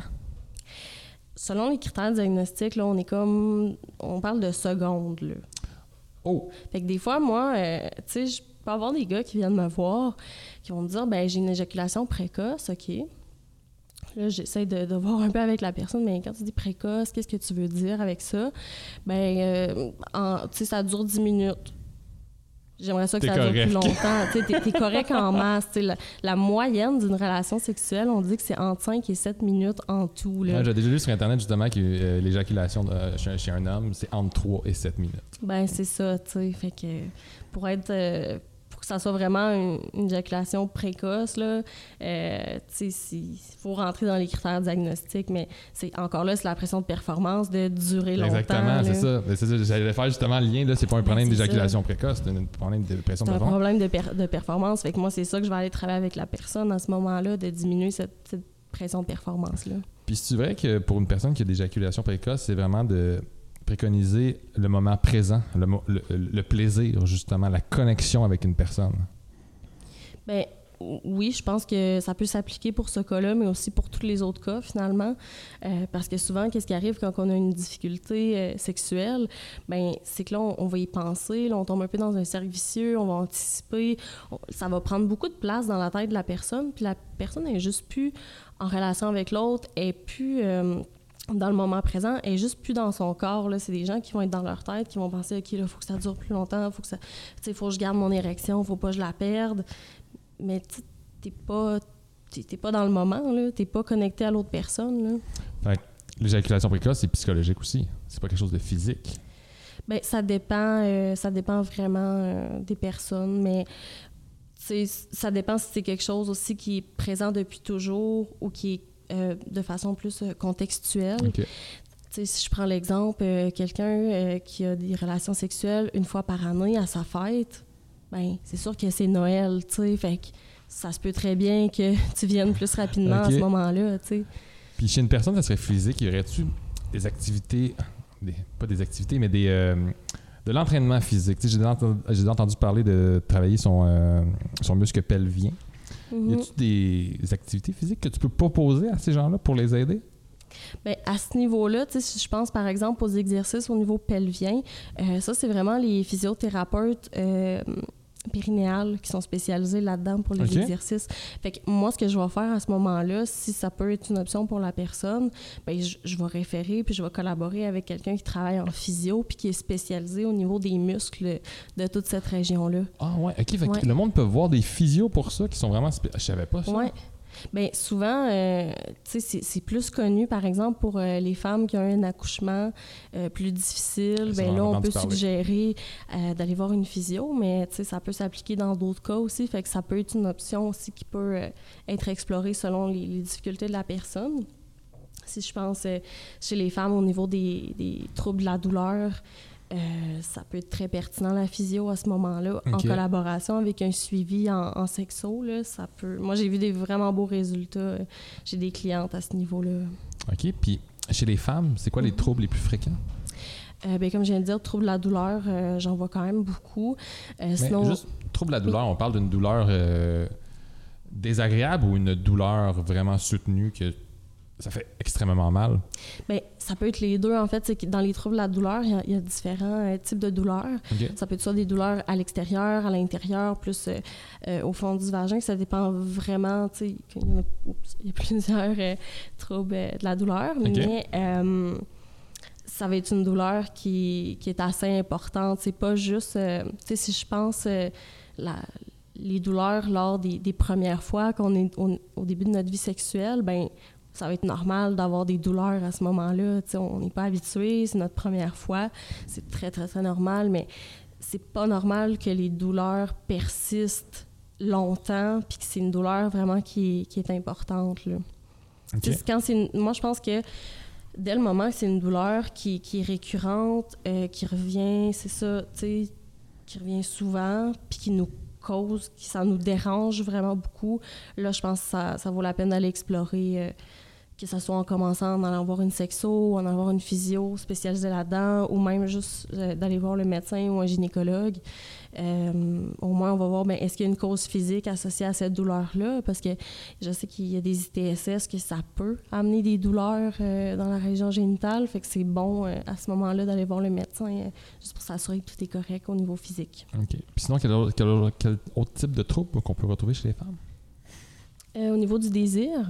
Selon les critères diagnostiques, là, on parle de secondes, là. Oh! Fait que des fois, moi, tu sais, je peux avoir des gars qui viennent me voir, qui vont me dire, ben j'ai une éjaculation précoce, OK. Là, j'essaie de voir un peu avec la personne, mais quand tu dis précoce, qu'est-ce que tu veux dire avec ça? Ben, tu sais, ça dure 10 minutes. J'aimerais ça que ça dure plus longtemps. T'es correct en masse. La moyenne d'une relation sexuelle, on dit que c'est entre 5 et 7 minutes en tout. Là. Ouais, j'ai déjà lu sur Internet justement que l'éjaculation chez un homme, c'est entre 3 et 7 minutes. Ben c'est ça, tu sais. Fait que pour que ça soit vraiment une éjaculation précoce, là, tu sais, il faut rentrer dans les critères diagnostiques, mais c'est la pression de performance de durer longtemps. Exactement, c'est ça. J'allais faire justement le lien, là, c'est pas un problème d'éjaculation précoce, c'est un problème de pression de performance. C'est un problème de performance, fait que moi, c'est ça que je vais aller travailler avec la personne à ce moment-là, de diminuer cette pression de performance-là. Puis c'est vrai que pour une personne qui a d'éjaculation précoce, c'est vraiment de préconiser le moment présent, le plaisir, justement, la connexion avec une personne? Bien, oui, je pense que ça peut s'appliquer pour ce cas-là, mais aussi pour tous les autres cas, finalement. Parce que souvent, qu'est-ce qui arrive quand on a une difficulté sexuelle? Bien, c'est que là, on va y penser, là, on tombe un peu dans un cercle vicieux, on va anticiper. Ça va prendre beaucoup de place dans la tête de la personne, puis la personne n'est juste plus en relation avec l'autre, elle n'est plus... dans le moment présent, elle est juste plus dans son corps. Là. C'est des gens qui vont être dans leur tête, qui vont penser « OK, là, il faut que ça dure plus longtemps, faut que je garde mon érection, faut pas que je la perde. » Mais t'es pas dans le moment, là. T'es pas connecté à l'autre personne. Là. Fait que l'éjaculation précoce, c'est psychologique aussi. C'est pas quelque chose de physique. Bien, ça dépend vraiment des personnes, mais ça dépend si c'est quelque chose aussi qui est présent depuis toujours ou qui est de façon plus contextuelle. Okay. Si je prends l'exemple, quelqu'un qui a des relations sexuelles une fois par année à sa fête, ben c'est sûr que c'est Noël, tu sais, fait que ça se peut très bien que tu viennes plus rapidement à ce moment-là, tu sais. Puis chez une personne, ça serait physique, y aurait-tu des activités, pas des activités, mais de l'entraînement physique? Tu sais, j'ai déjà entendu parler de travailler son muscle pelvien. Y a-tu des activités physiques que tu peux proposer à ces gens-là pour les aider? Bien, à ce niveau-là, tu sais, si je pense par exemple aux exercices au niveau pelvien, ça, c'est vraiment les physiothérapeutes périnéales qui sont spécialisés là-dedans pour les exercices. Fait que moi, ce que je vais faire à ce moment-là, si ça peut être une option pour la personne, bien, je vais référer puis je vais collaborer avec quelqu'un qui travaille en physio puis qui est spécialisé au niveau des muscles de toute cette région-là. Ah ouais, OK. Fait que le monde peut voir des physios pour ça qui sont vraiment... Je savais pas ça. Ouais. Bien, souvent, tu sais, c'est plus connu, par exemple, pour les femmes qui ont un accouchement plus difficile. Bien là, on peut suggérer d'aller voir une physio, mais tu sais, ça peut s'appliquer dans d'autres cas aussi. Fait que ça peut être une option aussi qui peut être explorée selon les difficultés de la personne. Si je pense chez les femmes au niveau des troubles de la douleur, ça peut être très pertinent la physio à ce moment-là, en collaboration avec un suivi en sexo, là, ça peut... Moi, j'ai vu des vraiment beaux résultats. J'ai des clientes à ce niveau-là. OK. Puis, chez les femmes, c'est quoi les troubles les plus fréquents? Bien, comme je viens de dire, trouble de la douleur, j'en vois quand même beaucoup. Sinon... Juste, trouble de la douleur, on parle d'une douleur désagréable ou une douleur vraiment soutenue que ça fait extrêmement mal? Bien, ça peut être les deux, en fait. C'est que dans les troubles de la douleur, il y a différents types de douleurs. Ça peut être soit des douleurs à l'extérieur, à l'intérieur, plus au fond du vagin. Ça dépend vraiment, tu sais, il y a plusieurs troubles de la douleur, mais ça va être une douleur qui est assez importante. C'est pas juste, tu sais, si je pense... les douleurs lors des premières fois qu'on est au début de notre vie sexuelle, ben ça va être normal d'avoir des douleurs à ce moment-là. T'sais, on n'est pas habitué, c'est notre première fois. C'est très, très, très normal, mais c'est pas normal que les douleurs persistent longtemps puis que c'est une douleur vraiment qui est importante, là. Moi, je pense que dès le moment que c'est une douleur qui est récurrente, qui revient, c'est ça, tu sais, qui revient souvent puis qui nous cause, ça nous dérange vraiment beaucoup, là, je pense que ça vaut la peine d'aller explorer, que ce soit en commençant en allant voir une sexo, en allant voir une physio spécialisée là-dedans, ou même juste d'aller voir le médecin ou un gynécologue. Au moins, on va voir, bien, est-ce qu'il y a une cause physique associée à cette douleur-là? Parce que je sais qu'il y a des ITSS que ça peut amener des douleurs dans la région génitale, fait que c'est bon à ce moment-là d'aller voir le médecin juste pour s'assurer que tout est correct au niveau physique. OK. Puis sinon, quel autre type de trouble qu'on peut retrouver chez les femmes? Au niveau du désir,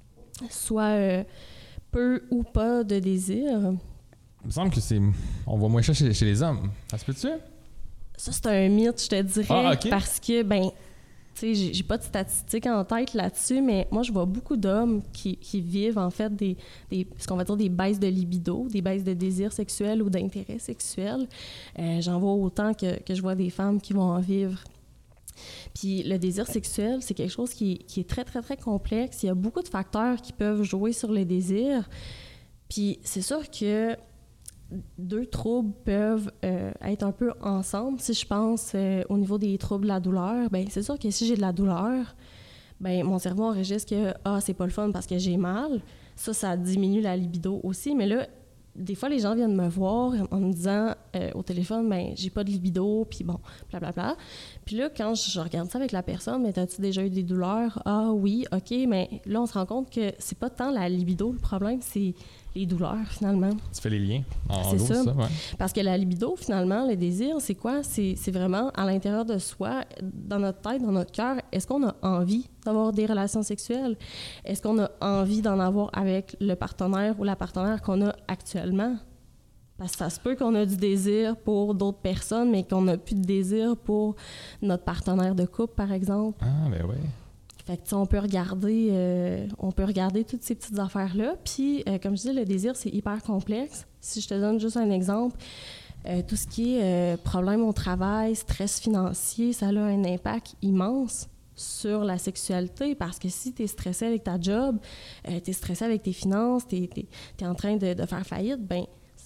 soit peu ou pas de désir. Il me semble que on voit moins ça chez les hommes. Ça se peut-tu? Ça, c'est un mythe, je te dirais, parce que, ben, tu sais, j'ai pas de statistiques en tête là-dessus, mais moi, je vois beaucoup d'hommes qui vivent, en fait, ce qu'on va dire des baisses de libido, des baisses de désir sexuel ou d'intérêt sexuel. J'en vois autant que je vois des femmes qui vont en vivre. Puis le désir sexuel, c'est quelque chose qui est très, très, très complexe. Il y a beaucoup de facteurs qui peuvent jouer sur le désir. Puis c'est sûr que deux troubles peuvent être un peu ensemble. Si je pense au niveau des troubles de la douleur, bien, c'est sûr que si j'ai de la douleur, bien, mon cerveau enregistre que « Ah, c'est pas le fun parce que j'ai mal ». Ça diminue la libido aussi. Mais là, des fois, les gens viennent me voir en me disant au téléphone, ben j'ai pas de libido, puis bon, blablabla. Puis là, quand je regarde ça avec la personne, mais t'as-tu déjà eu des douleurs? Ah oui, OK, mais là, on se rend compte que c'est pas tant la libido le problème, c'est les douleurs, finalement. Tu fais les liens. C'est ça. Ouais. Parce que la libido, finalement, le désir, c'est quoi? C'est vraiment à l'intérieur de soi, dans notre tête, dans notre cœur, est-ce qu'on a envie d'avoir des relations sexuelles? Est-ce qu'on a envie d'en avoir avec le partenaire ou la partenaire qu'on a actuellement? Parce que ça se peut qu'on a du désir pour d'autres personnes, mais qu'on n'a plus de désir pour notre partenaire de couple, par exemple. Ah, ben oui. Fait que, on peut regarder toutes ces petites affaires-là. Puis, comme je dis, le désir, c'est hyper complexe. Si je te donne juste un exemple, tout ce qui est problème au travail, stress financier, ça a un impact immense sur la sexualité, parce que si tu es stressé avec ta job, tu es stressé avec tes finances, tu es en train de faire faillite, ben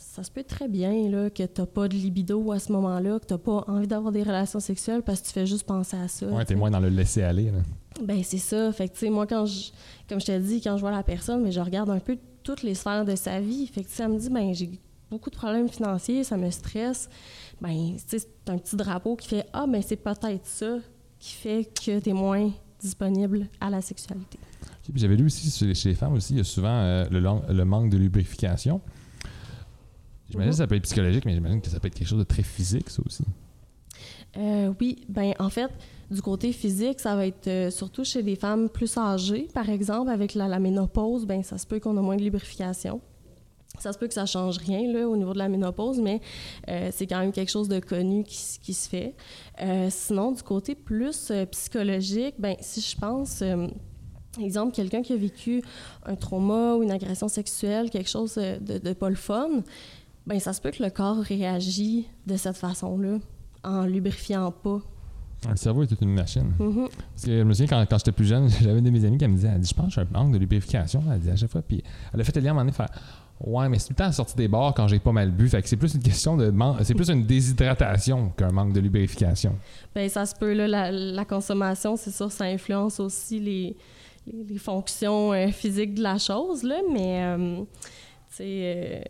ça se peut très bien là, que tu n'as pas de libido à ce moment-là, que tu n'as pas envie d'avoir des relations sexuelles parce que tu fais juste penser à ça. Ouais, t'es moins dans le laisser-aller. Là. Ben c'est ça. Fait que, tu sais, moi, comme je te dis, quand je vois la personne, mais je regarde un peu toutes les sphères de sa vie. Fait que, ça me dit, ben j'ai beaucoup de problèmes financiers, ça me stresse. Ben, tu sais, c'est un petit drapeau qui fait, ah, ben c'est peut-être ça qui fait que tu es moins disponible à la sexualité. Okay, puis j'avais lu aussi, chez les femmes aussi, il y a souvent le manque de lubrification. J'imagine que ça peut être psychologique, mais j'imagine que ça peut être quelque chose de très physique, ça aussi. Oui, ben en fait, du côté physique, ça va être surtout chez des femmes plus âgées, par exemple, avec la ménopause, ben ça se peut qu'on a moins de lubrification. Ça se peut que ça ne change rien là, au niveau de la ménopause, mais c'est quand même quelque chose de connu qui se fait. Sinon, du côté plus psychologique, ben si je pense, exemple, quelqu'un qui a vécu un trauma ou une agression sexuelle, quelque chose de pas le fun, ben ça se peut que le corps réagit de cette façon-là, en lubrifiant pas. Le cerveau est toute une machine. Mm-hmm. Parce que je me souviens, quand j'étais plus jeune, j'avais une de mes amies qui me disait, elle dit, je pense que j'ai un manque de lubrification. Elle dit à chaque fois, puis elle a fait le lien à un moment donné, faire, ouais, mais c'est tout le temps à la sortie des bars quand j'ai pas mal bu. Fait que c'est plus une question de c'est plus une déshydratation qu'un manque de lubrification. Bien, ça se peut, là, la consommation, c'est sûr, ça influence aussi les fonctions physiques de la chose, là, mais tu sais.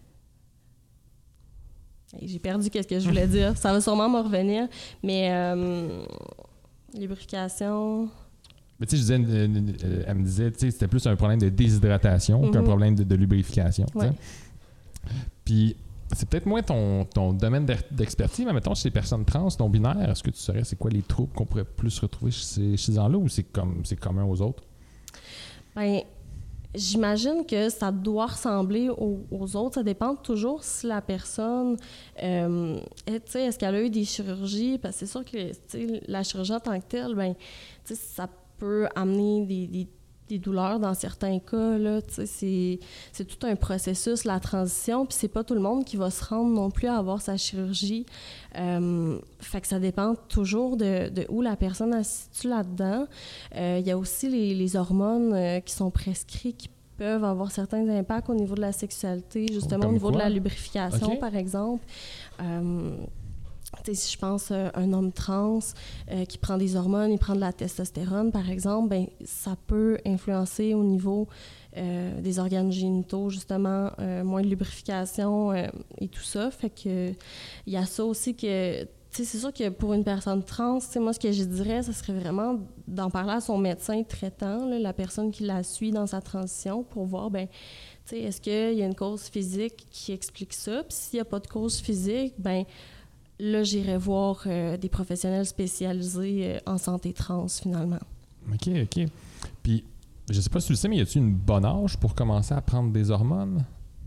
J'ai perdu qu'est-ce que je voulais dire. Ça va sûrement me revenir, mais lubrification. Mais tu sais, je disais, elle me disait, tu sais, c'était plus un problème de déshydratation qu'un problème de lubrification. Ouais. Puis c'est peut-être moins ton domaine d'expertise, mais mettons chez les personnes trans, non binaires, est-ce que tu saurais c'est quoi les troubles qu'on pourrait plus retrouver chez ces gens-là ou c'est commun aux autres? Bien, j'imagine que ça doit ressembler aux autres. Ça dépend toujours si la personne, est-ce qu'elle a eu des chirurgies? Parce que c'est sûr que la chirurgie en tant que telle, ben, ça peut amener des douleurs dans certains cas. Là, c'est tout un processus, la transition. Puis c'est pas tout le monde qui va se rendre non plus à avoir sa chirurgie. Fait que ça dépend toujours de où la personne se situe là-dedans. Il y a aussi les hormones qui sont prescrites qui peuvent avoir certains impacts au niveau de la sexualité, justement au niveau de la lubrification, par exemple. Si je pense un homme trans qui prend des hormones, il prend de la testostérone, par exemple, ben ça peut influencer au niveau des organes génitaux, justement, moins de lubrification et tout ça. Fait que il y a ça aussi que... c'est sûr que pour une personne trans, moi, ce que je dirais, ce serait vraiment d'en parler à son médecin traitant, là, la personne qui la suit dans sa transition, pour voir, ben est-ce qu'il y a une cause physique qui explique ça? Puis s'il n'y a pas de cause physique, ben là, j'irai voir des professionnels spécialisés en santé trans, finalement. OK. Puis, je sais pas si tu le sais, mais y a-t-il une bonne âge pour commencer à prendre des hormones?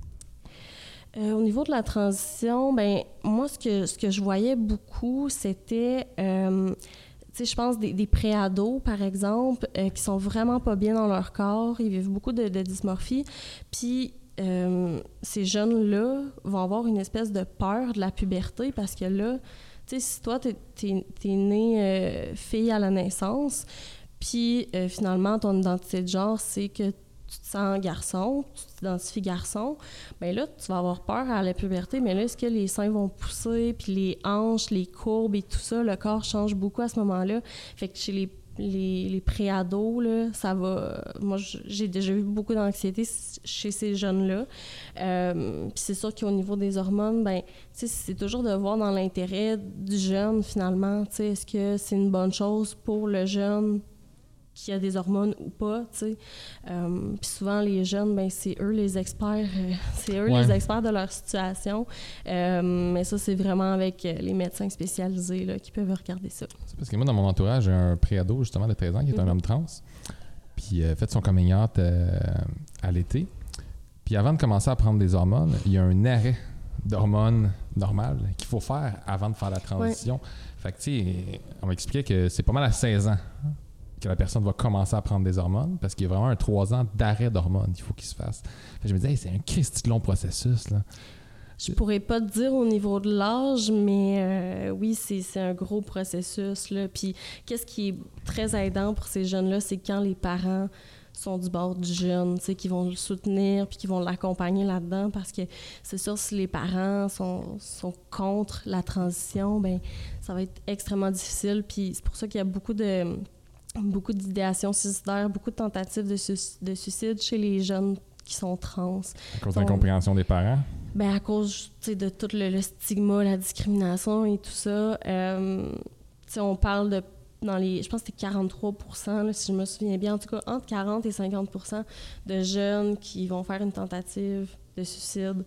Au niveau de la transition, ben moi, ce que je voyais beaucoup, c'était, je pense, des préados, par exemple, qui sont vraiment pas bien dans leur corps. Ils vivent beaucoup de dysmorphie. Puis, ces jeunes-là vont avoir une espèce de peur de la puberté parce que là, tu sais, si toi, t'es née fille à la naissance, puis finalement, ton identité de genre, c'est que tu te sens garçon, tu t'identifies garçon, bien là, tu vas avoir peur à la puberté, mais là, est-ce que les seins vont pousser, puis les hanches, les courbes et tout ça, le corps change beaucoup à ce moment-là. Fait que chez les préados, là, ça va... Moi, j'ai déjà vu beaucoup d'anxiété chez ces jeunes-là. Puis c'est sûr qu'au niveau des hormones, ben, c'est toujours de voir dans l'intérêt du jeune, finalement. Est-ce que c'est une bonne chose pour le jeune qui a des hormones ou pas, tu sais. Puis souvent, les jeunes, ben c'est eux les experts, les experts de leur situation. Mais ça, c'est vraiment avec les médecins spécialisés là, qui peuvent regarder ça. C'est parce que moi, dans mon entourage, j'ai un préado, justement, de 13 ans, qui est un homme trans. Puis fait son coming out à l'été. Puis avant de commencer à prendre des hormones, il y a un arrêt d'hormones normales qu'il faut faire avant de faire la transition. Ouais. Fait que, tu sais, on m'expliquait que c'est pas mal à 16 ans que la personne va commencer à prendre des hormones parce qu'il y a vraiment un 3 ans d'arrêt d'hormones qu'il faut qu'il se fasse. Fait que je me disais, hey, c'est un Christy de long processus, là. Je pourrais pas te dire au niveau de l'âge, mais oui, c'est un gros processus, là. Puis qu'est-ce qui est très aidant pour ces jeunes-là, c'est quand les parents sont du bord du jeune, tu sais, qui vont le soutenir puis qui vont l'accompagner là-dedans parce que c'est sûr, si les parents sont contre la transition, ben ça va être extrêmement difficile. Puis c'est pour ça qu'il y a beaucoup d'idéations suicidaires, beaucoup de tentatives de suicide chez les jeunes qui sont trans. À cause de l'incompréhension des parents? Ben à cause de tout le stigma, la discrimination et tout ça. On parle de, je pense que c'était 43%, là, si je me souviens bien, en tout cas entre 40 et 50% de jeunes qui vont faire une tentative de suicide.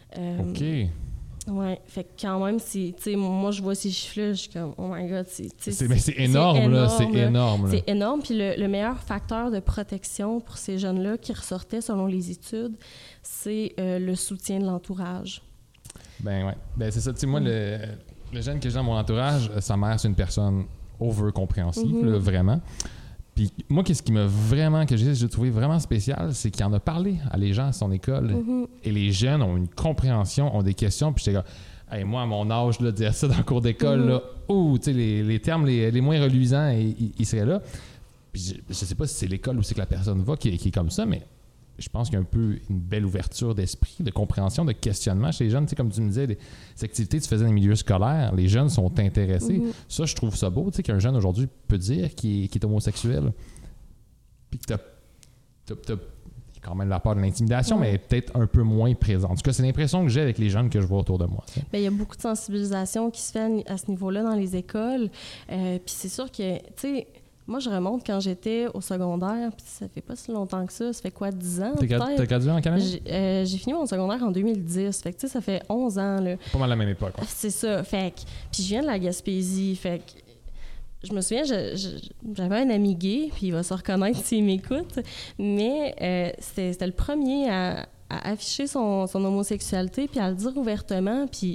OK. Ouais, fait que quand même, moi je vois ces chiffres-là, je suis comme, oh my god, c'est énorme, là, c'est énorme. C'est énorme, puis le meilleur facteur de protection pour ces jeunes-là qui ressortait selon les études, c'est le soutien de l'entourage. Ben ouais, ben c'est ça, tu sais, moi, le jeune que j'ai dans mon entourage, sa mère, c'est une personne over-compréhensive, là, vraiment. Puis moi, qu'est-ce qui m'a vraiment, que j'ai trouvé vraiment spécial, c'est qu'il en a parlé à les gens à son école. Et les jeunes ont une compréhension, ont des questions. Puis j'étais comme, hey, moi, à mon âge, là, dire ça dans le cours d'école, là, tu sais, les termes les moins reluisants, ils seraient là. Puis je sais pas si c'est l'école ou c'est que la personne va qui est comme ça, mais je pense qu'il y a un peu une belle ouverture d'esprit, de compréhension, de questionnement chez les jeunes. Tu sais, comme tu me disais, les activités que tu faisais dans les milieux scolaires, les jeunes sont intéressés. Ça, je trouve ça beau, tu sais, qu'un jeune aujourd'hui peut dire qu'il est homosexuel. Puis que t'as quand même la part de l'intimidation, mais peut-être un peu moins présente. En tout cas, c'est l'impression que j'ai avec les jeunes que je vois autour de moi. Bien, il y a beaucoup de sensibilisation qui se fait à ce niveau-là dans les écoles. Puis c'est sûr que, tu sais, moi, je remonte quand j'étais au secondaire, puis ça fait pas si longtemps que ça. Ça fait quoi, 10 ans, peut-être? T'as gradué en Canada? J'ai fini mon secondaire en 2010. Fait que, tu sais, ça fait 11 ans, là. Pas mal la même époque. Ouais. C'est ça. Fait que... Puis je viens de la Gaspésie. Fait que... Je me souviens, j'avais un ami gay, puis il va se reconnaître s'il m'écoute, mais c'était le premier à afficher son homosexualité, puis à le dire ouvertement, puis...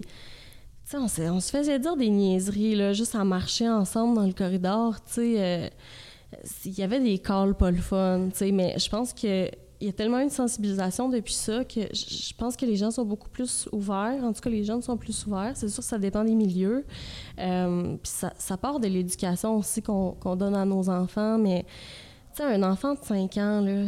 Tu sais, on se faisait dire des niaiseries, là, juste à marcher ensemble dans le corridor, tu sais. Il y avait des calls pas le fun, tu sais, mais je pense qu'il y a tellement une sensibilisation depuis ça que je pense que les gens sont beaucoup plus ouverts. En tout cas, les jeunes sont plus ouverts. C'est sûr que ça dépend des milieux. Puis ça part de l'éducation aussi qu'on donne à nos enfants, mais tu sais, un enfant de 5 ans, là,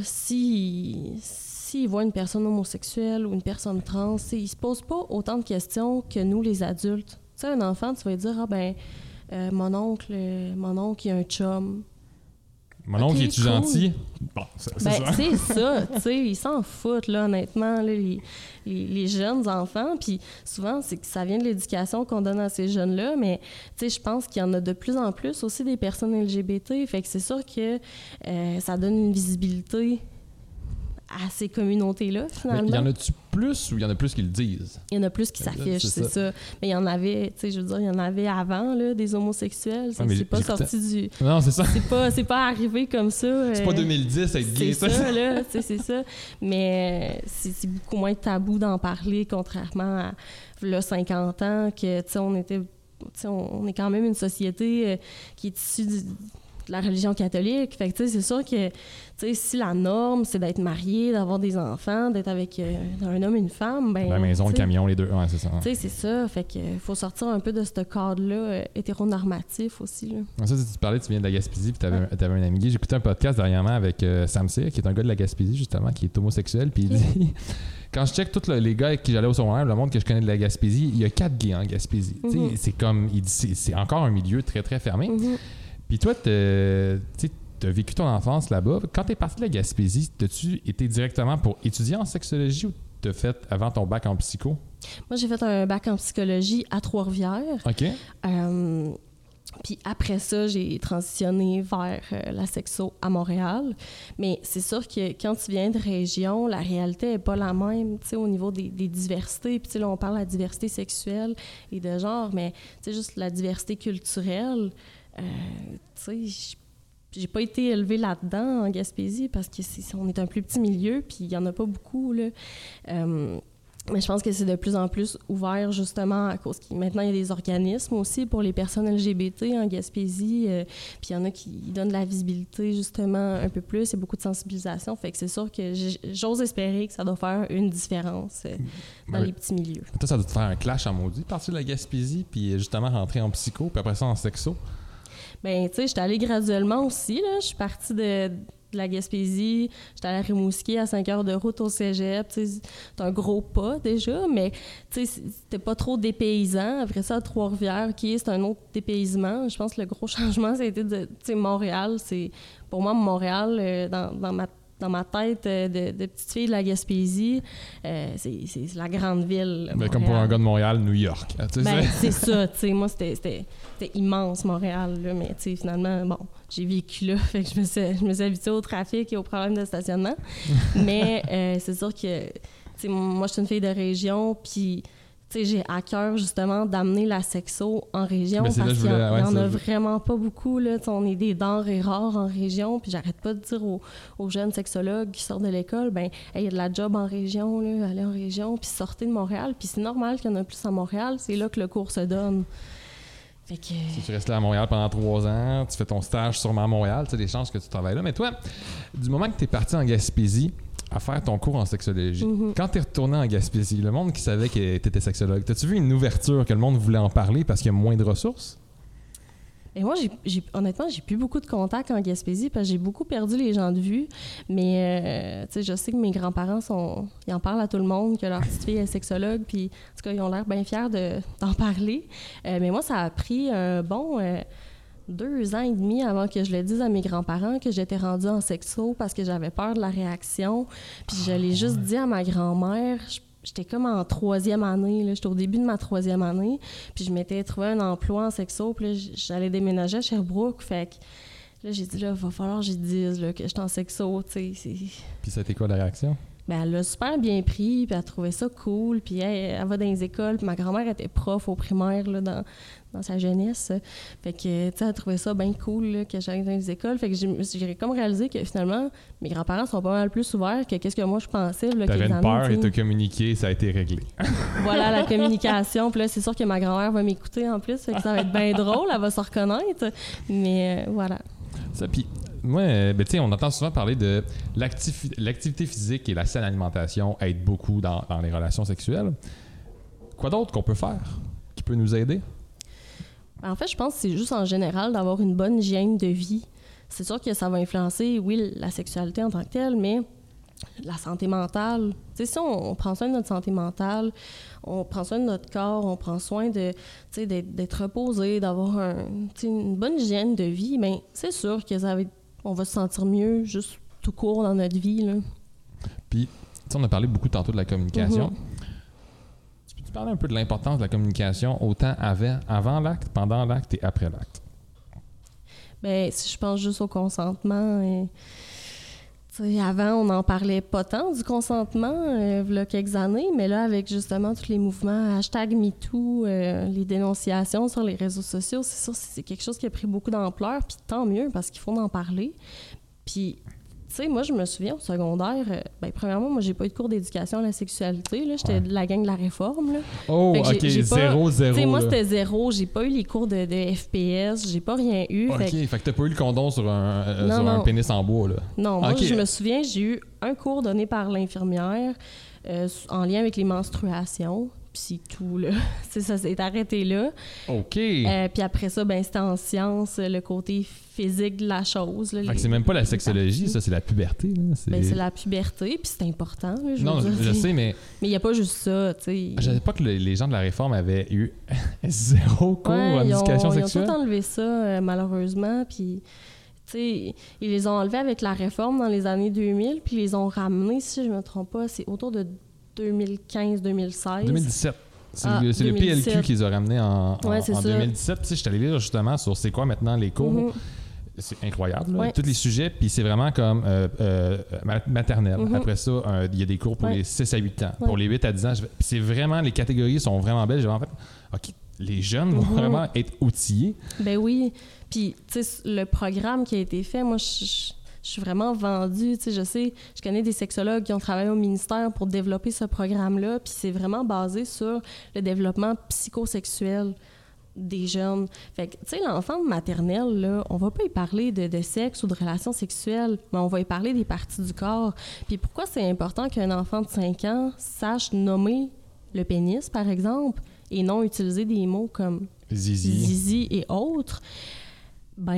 s'il voit une personne homosexuelle ou une personne trans, il se pose pas autant de questions que nous, les adultes. Tu sais, un enfant, tu vas lui dire, mon oncle, il a un chum. Mon oncle, est-tu cool. Gentil? Bon, c'est ça. C'est ça, tu sais, ils s'en foutent, là, honnêtement, là, les jeunes enfants. Puis souvent, c'est que ça vient de l'éducation qu'on donne à ces jeunes-là, mais tu sais, je pense qu'il y en a de plus en plus aussi des personnes LGBT. Fait que c'est sûr que ça donne une visibilité à ces communautés-là, finalement. Mais il y en a-tu plus ou il y en a plus qui le disent? Il y en a plus qui s'affichent, c'est ça. Mais il y en avait, tu sais, je veux dire, il y en avait avant, là, des homosexuels. C'est pas sorti du... Non, c'est ça. C'est pas arrivé comme ça. C'est pas 2010 être gay, ça. C'est ça, là, tu sais, c'est ça. Mais c'est beaucoup moins tabou d'en parler, contrairement à, là, 50 ans, que, tu sais, on est quand même une société qui est issue de la religion catholique. Fait que, tu sais, c'est sûr que, tu sais, si la norme, c'est d'être marié, d'avoir des enfants, d'être avec un homme et une femme, ben... La maison, le camion, les deux. Ouais, c'est ça. Tu sais, c'est ça. Fait que faut sortir un peu de ce cadre-là hétéronormatif aussi, là. Ça, tu parlais, tu viens de la Gaspésie, puis t'avais un ami gay. J'ai écouté un podcast dernièrement avec Sam Cyr, qui est un gars de la Gaspésie, justement, qui est homosexuel, puis il dit... Quand je check tous les gars avec qui j'allais au secondaire, le monde que je connais de la Gaspésie, il y a 4 gays en Gaspésie. Tu sais, c'est comme... Il dit, c'est encore un milieu très, très fermé. Puis toi, tu as vécu ton enfance là-bas. Quand tu es parti de la Gaspésie, as-tu été directement pour étudier en sexologie ou tu as fait avant ton bac en psycho? Moi, j'ai fait un bac en psychologie à Trois-Rivières. OK. Puis après ça, j'ai transitionné vers la sexo à Montréal. Mais c'est sûr que quand tu viens de région, la réalité n'est pas la même, tu sais, au niveau des diversités. Puis tu sais, là, on parle de la diversité sexuelle et de genre, mais tu sais, juste la diversité culturelle. Tu sais, j'ai pas été élevée là-dedans en Gaspésie parce qu'on est un plus petit milieu, puis il y en a pas beaucoup, là. Mais je pense que c'est de plus en plus ouvert, justement, à cause maintenant, il y a des organismes aussi pour les personnes LGBT en Gaspésie, puis il y en a qui donnent de la visibilité, justement, un peu plus. Il y a beaucoup de sensibilisation, fait que c'est sûr que j'ose espérer que ça doit faire une différence dans les petits milieux. Toi, ça doit te faire un clash en maudit, partir de la Gaspésie, puis justement rentrer en psycho, puis après ça en sexo? Bien, tu sais, j'étais allée graduellement aussi, là. Je suis partie de la Gaspésie, j'étais à la Rimouski à 5 heures de route au cégep. C'est un gros pas déjà, mais c'était pas trop dépaysant. Après ça, à Trois-Rivières, c'est un autre dépaysement. Je pense que le gros changement, ça a été de Montréal. Pour moi, Montréal, dans ma tête de petite fille de la Gaspésie, c'est la grande ville. Mais comme pour un gars de Montréal, New York. C'est ça. Moi, c'était immense, Montréal. Là, mais finalement, bon, j'ai vécu là. Fait que je me suis habituée au trafic et aux problèmes de stationnement. Mais c'est sûr que moi, je suis une fille de région. Puis j'ai à cœur justement d'amener la sexo en région parce qu'il n'y en a vraiment pas beaucoup. Là. On est des denrées rares en région, puis j'arrête pas de dire aux jeunes sexologues qui sortent de l'école, il y a de la job en région, là, allez en région, puis sortez de Montréal. Puis c'est normal qu'il y en a plus à Montréal, c'est là que le cours se donne. Fait que... Si tu restes là à Montréal pendant 3 ans, tu fais ton stage sûrement à Montréal, tu as des chances que tu travailles là. Mais toi, du moment que tu es parti en Gaspésie, à faire ton cours en sexologie. Quand tu es retourné en Gaspésie, le monde qui savait que tu étais sexologue, t'as-tu vu une ouverture que le monde voulait en parler parce qu'il y a moins de ressources? Et moi, honnêtement, j'ai plus beaucoup de contacts en Gaspésie parce que j'ai beaucoup perdu les gens de vue. Mais je sais que mes grands-parents ils en parlent à tout le monde, que leur petite fille est sexologue, puis en tout cas, ils ont l'air bien fiers d'en parler. Mais moi, ça a pris un bon... 2 ans et demi avant que je le dise à mes grands-parents que j'étais rendue en sexo parce que j'avais peur de la réaction. Puis je l'ai juste dit à ma grand-mère. J'étais comme en 3e année. Là. J'étais au début de ma 3e année. Puis je m'étais trouvé un emploi en sexo. Puis là, j'allais déménager à Sherbrooke. Fait que là, j'ai dit, là, il va falloir que j'y dise là, que je suis en sexo. Puis ça a été quoi la réaction? Elle l'a super bien pris, puis elle trouvait ça cool, puis elle va dans les écoles, puis ma grand-mère était prof au primaire, là, dans sa jeunesse. Fait que, elle trouvait ça bien cool, là, que j'aille dans les écoles. Fait que j'ai comme réalisé que, finalement, mes grands-parents sont pas mal plus ouverts que qu'est-ce que moi, je pensais. T'avais une peur et t'as communiqué, ça a été réglé. Voilà, la communication. Puis là, c'est sûr que ma grand-mère va m'écouter en plus, fait que ça va être bien drôle, elle va se reconnaître. Mais voilà. Ça, puis moi, on entend souvent parler de l'activité physique et la saine alimentation aident beaucoup dans les relations sexuelles. Quoi d'autre qu'on peut faire qui peut nous aider? En fait, je pense que c'est juste en général d'avoir une bonne hygiène de vie. C'est sûr que ça va influencer, oui, la sexualité en tant que telle, mais la santé mentale. Tu sais, si on prend soin de notre santé mentale, on prend soin de notre corps, on prend soin d'être reposé, d'avoir une bonne hygiène de vie, bien, c'est sûr que on va se sentir mieux juste tout court dans notre vie. Là. Puis, on a parlé beaucoup tantôt de la communication. Tu peux-tu parler un peu de l'importance de la communication autant avant l'acte, pendant l'acte et après l'acte? Bien, si je pense juste au consentement... avant, on n'en parlait pas tant du consentement, il y a quelques années, mais là, avec justement tous les mouvements #MeToo, les dénonciations sur les réseaux sociaux, c'est sûr c'est quelque chose qui a pris beaucoup d'ampleur, puis tant mieux, parce qu'il faut en parler. Puis, tu sais, moi, je me souviens au secondaire, premièrement, moi, j'ai pas eu de cours d'éducation à la sexualité, là, j'étais de la gang de la Réforme, là. Oh, OK, zéro. Tu sais, moi, c'était zéro, j'ai pas eu les cours de FPS, j'ai pas rien eu. OK, fait que t'as pas eu le condom sur un pénis en bois, là. Non, moi, je me souviens, j'ai eu un cours donné par l'infirmière en lien avec les menstruations. C'est tout, là. Ça s'est arrêté là. OK. Puis après ça, c'était en sciences, le côté physique de la chose. Là, fait que c'est même pas la sexologie, ça, c'est la puberté. Là. C'est la puberté, puis c'est important. Là, je sais, mais... Mais il n'y a pas juste ça, tu sais. Je savais pas que les gens de la Réforme avaient eu zéro cours en éducation sexuelle. Ils ont tout enlevé ça, malheureusement, puis... T'sais, ils les ont enlevés avec la Réforme dans les années 2000, puis ils les ont ramenés, si je me trompe pas, c'est autour de 2015-2016. 2017. C'est le PLQ qui les a ramenés en 2017. Tu sais, je suis allé lire justement sur c'est quoi maintenant les cours. C'est incroyable, là. Tous les sujets, puis c'est vraiment comme maternelle. Après ça, il y a des cours pour les 6 à 8 ans. Pour les 8 à 10 ans, c'est vraiment, les catégories sont vraiment belles. J'ai en fait, OK, les jeunes vont vraiment être outillés. Ben oui. Puis, tu sais, le programme qui a été fait, moi, je suis vraiment vendue. Tu sais, je connais des sexologues qui ont travaillé au ministère pour développer ce programme-là. Puis c'est vraiment basé sur le développement psychosexuel des jeunes. Fait que, tu sais, l'enfant de maternelle, là, on va pas y parler de sexe ou de relations sexuelles, mais on va y parler des parties du corps. Puis pourquoi c'est important qu'un enfant de 5 ans sache nommer le pénis, par exemple, et non utiliser des mots comme zizi et autres? Ben,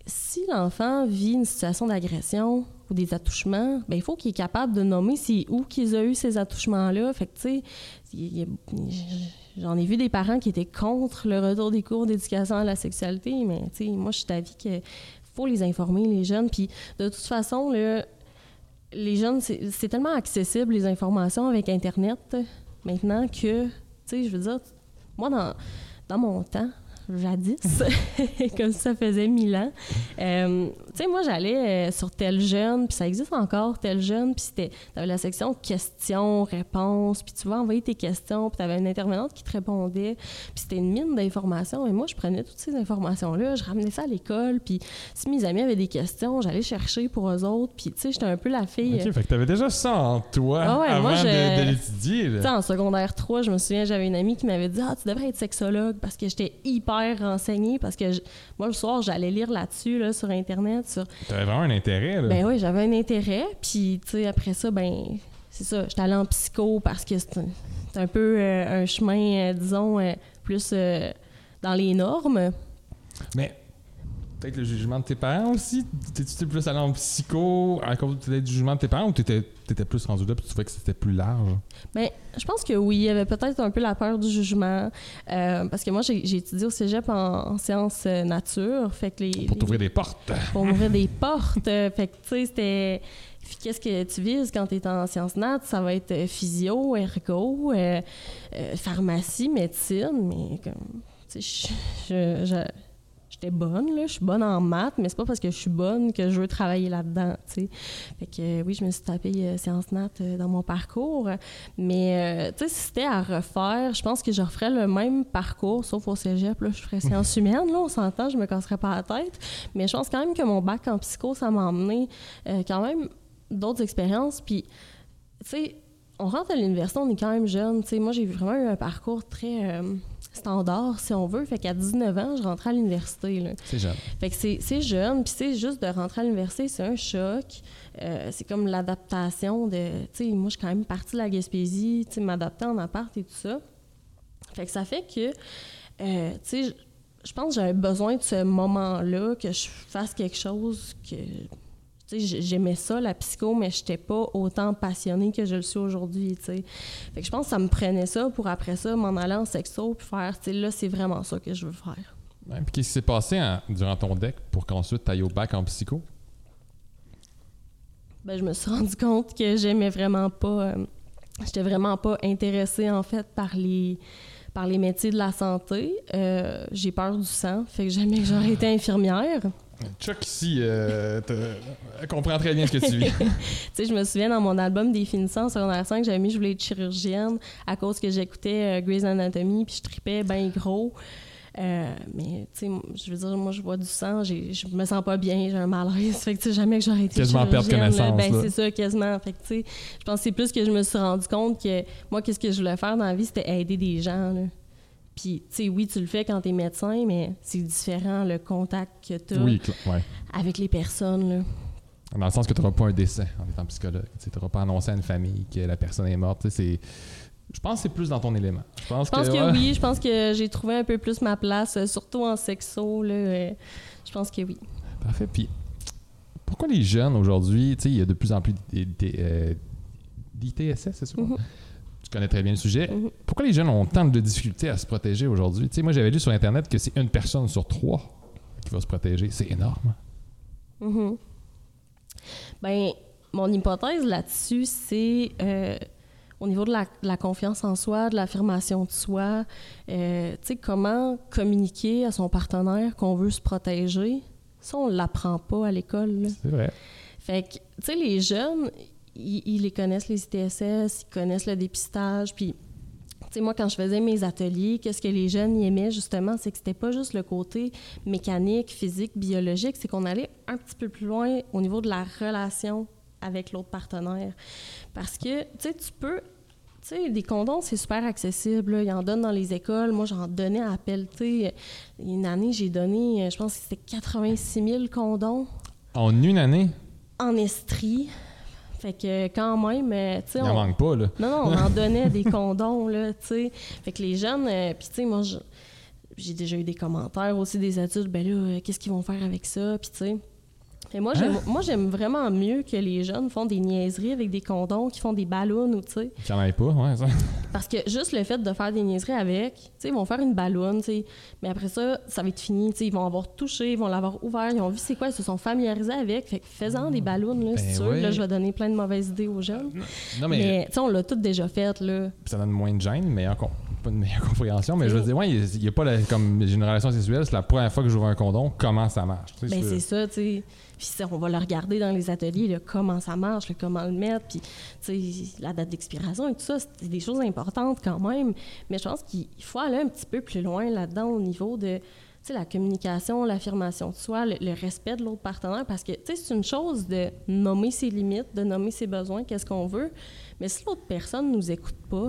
si l'enfant vit une situation d'agression ou des attouchements, ben il faut qu'il est capable de nommer c'est où qu'il a eu ces attouchements-là. Fait que, tu sais, j'en ai vu des parents qui étaient contre le retour des cours d'éducation à la sexualité, mais, tu sais, moi, je suis d'avis qu'il faut les informer, les jeunes. Puis, de toute façon, là, les jeunes, c'est tellement accessible, les informations avec Internet, maintenant, que, tu sais, je veux dire, moi, dans mon temps, jadis, comme ça faisait 1000 ans. Tu sais, moi, j'allais sur Tel Jeune, puis ça existe encore, Tel Jeune, puis t'avais la section questions, réponses, puis tu vas envoyer tes questions, puis t'avais une intervenante qui te répondait, puis c'était une mine d'informations, et moi, je prenais toutes ces informations-là, je ramenais ça à l'école, puis si mes amis avaient des questions, j'allais chercher pour eux autres, puis tu sais, j'étais un peu la fille... OK, fait que t'avais déjà ça en toi avant de l'étudier, là. Tu sais, en secondaire 3, je me souviens, j'avais une amie qui m'avait dit « Ah, tu devrais être sexologue » parce que j'étais hyper renseignée, parce que moi, le soir, j'allais lire là-dessus, là, sur Internet. T'avais vraiment un intérêt, là? Ben oui, j'avais un intérêt. Puis, tu sais, après ça, ben c'est ça, j'étais allée en psycho parce que c'est un peu un chemin, disons, plus dans les normes. Mais peut-être le jugement de tes parents aussi? T'étais plus allé en psycho à cause du jugement de tes parents ou t'étais plus rendu là et tu trouvais que c'était plus large? Bien, je pense que oui, il y avait peut-être un peu la peur du jugement. Parce que moi, j'ai étudié au cégep en sciences nature. Fait que pour t'ouvrir des portes. Pour m'ouvrir des portes. Fait que, tu sais, c'était... Qu'est-ce que tu vises quand tu es en sciences nat? Ça va être physio, ergo, pharmacie, médecine. Mais comme, tu sais, j'étais bonne, là. Je suis bonne en maths, mais c'est pas parce que je suis bonne que je veux travailler là-dedans, tu sais. Fait que oui, je me suis tapé sciences nat dans mon parcours. Mais, tu sais, si c'était à refaire, je pense que je referais le même parcours, sauf au cégep, là, je ferais sciences humaines, là, on s'entend, je me casserais pas la tête. Mais je pense quand même que mon bac en psycho, ça m'a emmené quand même d'autres expériences. Puis, tu sais, on rentre à l'université, on est quand même jeune. Tu sais, moi, j'ai vraiment eu un parcours très... standard, si on veut. Fait qu'à 19 ans, je rentrais à l'université, là. C'est jeune. Fait que c'est jeune, puis c'est juste de rentrer à l'université, c'est un choc. C'est comme l'adaptation de... Tu sais, moi, je suis quand même partie de la Gaspésie, tu sais, m'adapter en appart et tout ça. Fait que ça fait que, tu sais, je pense que j'avais besoin de ce moment-là, que je fasse quelque chose que... Tu sais, j'aimais ça, la psycho, mais je n'étais pas autant passionnée que je le suis aujourd'hui, tu sais. Fait que je pense que ça me prenait ça pour, après ça, m'en aller en sexo puis faire, tu sais, là, c'est vraiment ça que je veux faire. Ouais, puis qu'est-ce qui s'est passé durant ton DEC pour qu'ensuite tu ailles au bac en psycho? Ben, je me suis rendu compte que j'aimais vraiment pas... j'étais vraiment pas intéressée, en fait, par les métiers de la santé. J'ai peur du sang, fait que jamais que j'aurais été infirmière. Chuck ici comprend très bien ce que tu vis. Tu sais, je me souviens dans mon album des finissants en secondaire 5, j'avais mis je voulais être chirurgienne à cause que j'écoutais Grey's Anatomy puis je tripais bien gros. Mais tu sais, je veux dire, moi je vois du sang, je me sens pas bien, j'ai un malaise. Fait que tu sais, jamais que j'aurais été quasiment perdre connaissance. Ben c'est ça, quasiment. Fait que tu sais, je pense que c'est plus que je me suis rendu compte que moi, qu'est-ce que je voulais faire dans la vie, c'était aider des gens, là. Puis, tu sais, oui, tu le fais quand t'es médecin, mais c'est différent, le contact que t'as avec les personnes, là. Dans le sens que tu n'auras pas un décès en étant psychologue. Tu n'auras pas annoncé à une famille que la personne est morte. Je pense que c'est plus dans ton élément. Je pense que oui. Je pense que j'ai trouvé un peu plus ma place, surtout en sexo, là. Je pense que oui. Parfait. Puis, pourquoi les jeunes aujourd'hui, tu sais, il y a de plus en plus d'ITSS, c'est ça? Mm-hmm. Tu connais très bien le sujet. Mm-hmm. Pourquoi les jeunes ont tant de difficultés à se protéger aujourd'hui? Tu sais, moi, j'avais lu sur Internet que c'est une personne sur 3 qui va se protéger. C'est énorme. Mm-hmm. Ben, mon hypothèse là-dessus, c'est au niveau de la confiance en soi, de l'affirmation de soi, tu sais, comment communiquer à son partenaire qu'on veut se protéger. Ça, on ne l'apprend pas à l'école, là. C'est vrai. Fait que, tu sais, les jeunes... Ils les connaissent, les ITSS, ils connaissent le dépistage. Puis, tu sais, moi, quand je faisais mes ateliers, qu'est-ce que les jeunes y aimaient, justement, c'est que c'était pas juste le côté mécanique, physique, biologique, c'est qu'on allait un petit peu plus loin au niveau de la relation avec l'autre partenaire. Parce que, tu sais, tu sais, des condoms, c'est super accessible, là. Ils en donnent dans les écoles. Moi, j'en donnais à pelleter. Une année, j'ai donné, je pense que c'était 86 000 condoms. En une année? En Estrie. Fait que quand même, tu sais... Il n'en manque pas, là. Non, on en donnait des condoms, là, tu sais. Fait que les jeunes... Puis, tu sais, moi, j'ai déjà eu des commentaires aussi des adultes, ben là, qu'est-ce qu'ils vont faire avec ça? Puis tu sais... Et moi, j'aime vraiment mieux que les jeunes font des niaiseries avec des condoms, qui font des ballons ou tu sais. Qu'il n'y en ait pas, ouais, ça. Parce que juste le fait de faire des niaiseries avec, tu sais, ils vont faire une balloune, tu sais, mais après ça va être fini, tu sais, ils vont avoir touché, ils vont l'avoir ouvert, ils ont vu c'est quoi, ils se sont familiarisés avec, fait que faisant des ballons, là, c'est sûr, là, je vais donner plein de mauvaises idées aux jeunes. Non, mais tu sais, on l'a tout déjà fait, là. Ça donne moins de gêne, pas une meilleure compréhension, mais je veux dire, ouais, il n'y a pas comme j'ai une relation sexuelle, c'est la première fois que j'ouvre un condom, comment ça marche? Ben c'est ça, tu sais. Puis on va le regarder dans les ateliers, là, comment ça marche, là, comment le mettre, puis la date d'expiration et tout ça, c'est des choses importantes quand même. Mais je pense qu'il faut aller un petit peu plus loin là-dedans au niveau de la communication, l'affirmation de soi, le respect de l'autre partenaire, parce que c'est une chose de nommer ses limites, de nommer ses besoins, qu'est-ce qu'on veut, mais si l'autre personne ne nous écoute pas,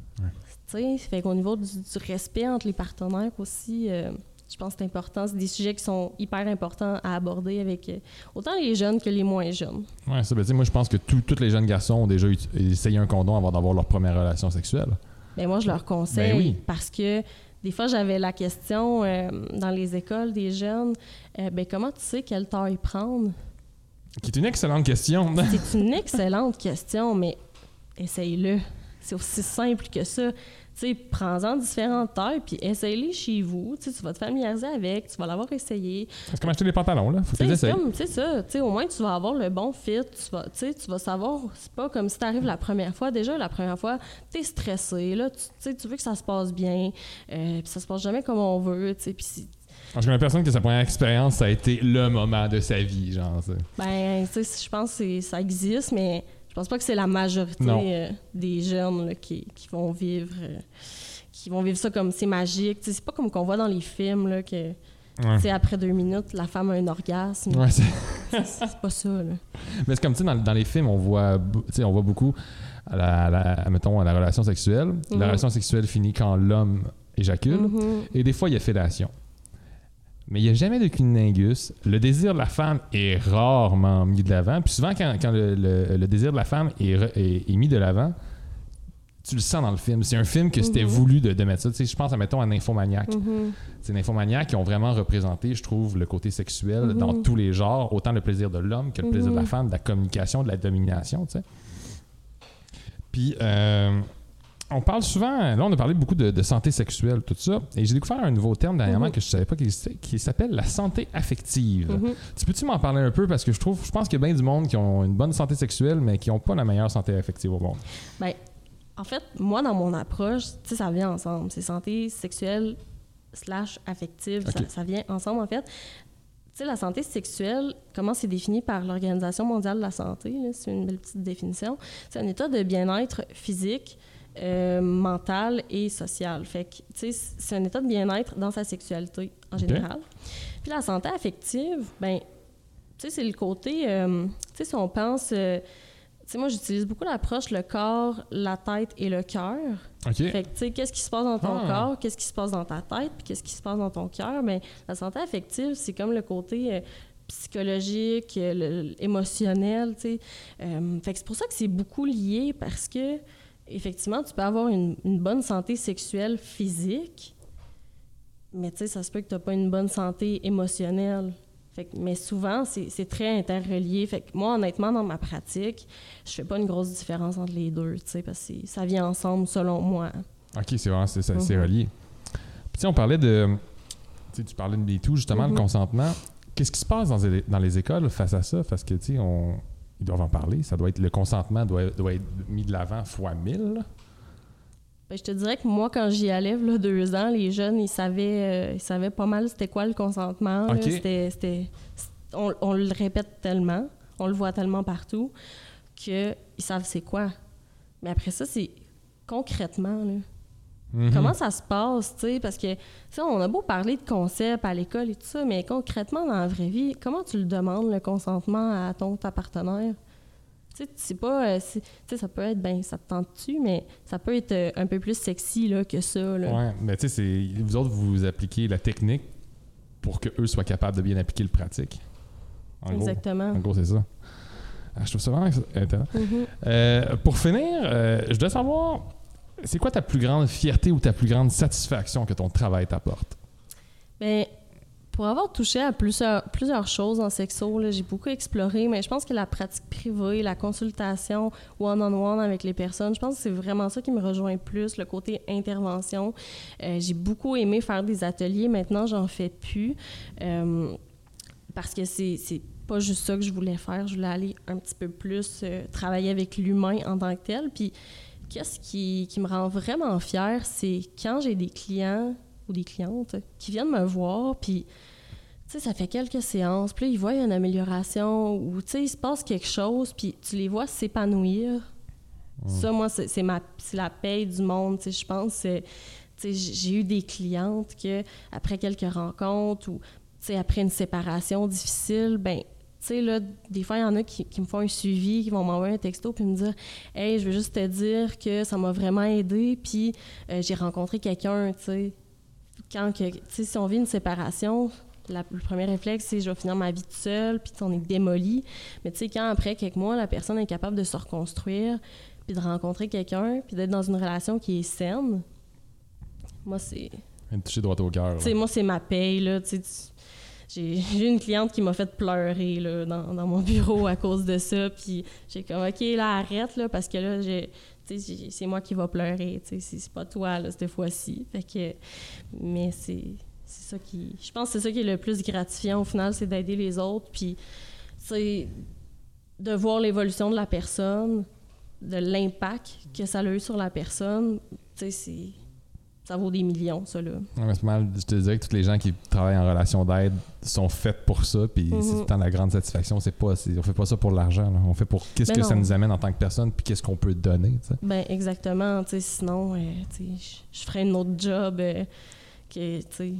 fait qu'au niveau du respect entre les partenaires aussi... je pense que c'est important. C'est des sujets qui sont hyper importants à aborder avec autant les jeunes que les moins jeunes. Oui, ça, moi, je pense que tous les jeunes garçons ont déjà essayé un condom avant d'avoir leur première relation sexuelle. Bien, moi, je leur conseille parce que des fois, j'avais la question dans les écoles des jeunes, comment tu sais quelle taille prendre? Qui est une excellente question. C'est une excellente question, mais essaye-le. C'est aussi simple que ça. Prends-en différentes tailles, puis essaye-les chez vous. Tu vas te familiariser avec, tu vas l'avoir essayé. C'est comme acheter des pantalons, là. Faut que tu les essayes. C'est ça. Au moins, tu vas avoir le bon fit. Tu vas savoir. C'est pas comme si tu arrives la première fois. Déjà, la première fois, tu es stressé. Là, tu veux que ça se passe bien. Puis ça se passe jamais comme on veut. Puis je connais personne que sa première expérience, ça a été le moment de sa vie, genre. Ben, je pense que ça existe, mais... Je pense pas que c'est la majorité des jeunes là, qui vont vivre ça comme c'est magique. C'est pas comme qu'on voit dans les films là, que après 2 minutes, la femme a un orgasme. Ouais, c'est pas ça. Là. Mais c'est comme dans les films, on voit beaucoup mettons, la relation sexuelle. La relation sexuelle finit quand l'homme éjacule et des fois, il y a fellation. Mais il n'y a jamais de cunnilingus. Le désir de la femme est rarement mis de l'avant. Puis souvent, quand le désir de la femme est mis de l'avant, tu le sens dans le film. C'est un film que c'était voulu de mettre ça. Tu sais, je pense, mettons, à Nymphomaniac. C'est Nymphomaniac qui ont vraiment représenté, je trouve, le côté sexuel dans tous les genres. Autant le plaisir de l'homme que le plaisir de la femme, de la communication, de la domination, tu sais. Puis... on parle souvent, là on a parlé beaucoup de santé sexuelle, tout ça, et j'ai découvert un nouveau terme dernièrement que je ne savais pas qu'il existait, qui s'appelle la santé affective. Tu peux-tu m'en parler un peu, parce que je pense qu'il y a bien du monde qui ont une bonne santé sexuelle, mais qui n'ont pas la meilleure santé affective au monde. Bien, en fait, moi dans mon approche, ça vient ensemble, c'est santé sexuelle / affective, ça vient ensemble en fait. La santé sexuelle, comment c'est défini par l'Organisation mondiale de la santé, là, c'est une belle petite définition, c'est un état de bien-être physique, mental et social. Fait que, c'est un état de bien-être dans sa sexualité en général. Puis la santé affective, ben, c'est le côté, si on pense, moi j'utilise beaucoup l'approche le corps, la tête et le cœur. Fait que, qu'est-ce qui se passe dans ton corps, qu'est-ce qui se passe dans ta tête, puis qu'est-ce qui se passe dans ton cœur. Mais la santé affective, c'est comme le côté psychologique, émotionnel, fait que c'est pour ça que c'est beaucoup lié parce que effectivement, tu peux avoir une bonne santé sexuelle physique, mais ça se peut que tu n'as pas une bonne santé émotionnelle. Mais souvent, c'est très interrelié. Fait que moi, honnêtement, dans ma pratique, je fais pas une grosse différence entre les deux, parce que ça vient ensemble, selon moi. OK, c'est vraiment, c'est relié. Puis on parlait de... Tu parlais de MeToo, justement, le consentement. Qu'est-ce qui se passe dans les écoles face à ça? Parce que, ils doivent en parler. Ça doit être, le consentement doit être mis de l'avant fois 1000. Ben, je te dirais que moi, quand j'y allais, là, 2 ans, les jeunes, ils savaient pas mal c'était quoi le consentement. Okay. On le répète tellement, on le voit tellement partout, qu'ils savent c'est quoi. Mais après ça, c'est concrètement, là. Comment ça se passe, tu sais, parce que on a beau parler de concepts à l'école et tout ça, mais concrètement, dans la vraie vie, comment tu le demandes, le consentement à ta partenaire? Tu sais, c'est pas... ça peut être, ben ça te tente-tu, mais ça peut être un peu plus sexy là, que ça. Là. Ouais, mais tu sais, vous autres, vous appliquez la technique pour qu'eux soient capables de bien appliquer le pratique. Exactement. En gros, c'est ça. Je trouve ça vraiment intéressant. Pour finir, je dois savoir... C'est quoi ta plus grande fierté ou ta plus grande satisfaction que ton travail t'apporte? Ben, pour avoir touché à plusieurs choses en sexo, là, j'ai beaucoup exploré, mais je pense que la pratique privée, la consultation one-on-one avec les personnes, je pense que c'est vraiment ça qui me rejoint plus, le côté intervention. J'ai beaucoup aimé faire des ateliers. Maintenant, j'en fais plus parce que c'est pas juste ça que je voulais faire. Je voulais aller un petit peu plus travailler avec l'humain en tant que tel. Puis, qu'est-ce qui me rend vraiment fière, c'est quand j'ai des clients ou des clientes qui viennent me voir, puis, tu sais, ça fait quelques séances, puis là, ils voient une amélioration, ou, tu sais, il se passe quelque chose, puis tu les vois s'épanouir. Ça, moi, c'est la paye du monde, tu sais, je pense. Tu sais, j'ai eu des clientes que, après quelques rencontres, ou, tu sais, après une séparation difficile, ben tu sais, là, des fois, il y en a qui me font un suivi, qui vont m'envoyer un texto puis me dire « Hey, je veux juste te dire que ça m'a vraiment aidé, puis j'ai rencontré quelqu'un, tu sais. » Si on vit une séparation, le premier réflexe, c'est « Je vais finir ma vie toute seule, puis on est démoli. » Mais tu sais, quand après quelques mois, la personne est capable de se reconstruire, puis de rencontrer quelqu'un, puis d'être dans une relation qui est saine, moi, c'est... Touché droit au cœur. Tu sais, moi, c'est ma paye, là, tu sais. J'ai eu une cliente qui m'a fait pleurer là, dans mon bureau à cause de ça. Puis j'ai comme, OK, là, arrête, là, parce que là, c'est moi qui va pleurer. C'est pas toi, là, cette fois-ci. Fait que, mais c'est ça qui... Je pense que c'est ça qui est le plus gratifiant, au final, c'est d'aider les autres. Puis, c'est de voir l'évolution de la personne, de l'impact que ça a eu sur la personne. Tu sais, ça vaut des millions, ça, là. Ouais, c'est mal. Je te dirais que tous les gens qui travaillent en relation d'aide sont faits pour ça, puis c'est tout le temps la grande satisfaction. On fait pas ça pour l'argent, là. On fait pour qu'est-ce que ça nous amène en tant que personne, puis qu'est-ce qu'on peut donner, tu sais. Ben exactement. Tu sais, sinon, je ferais un autre job que, tu sais...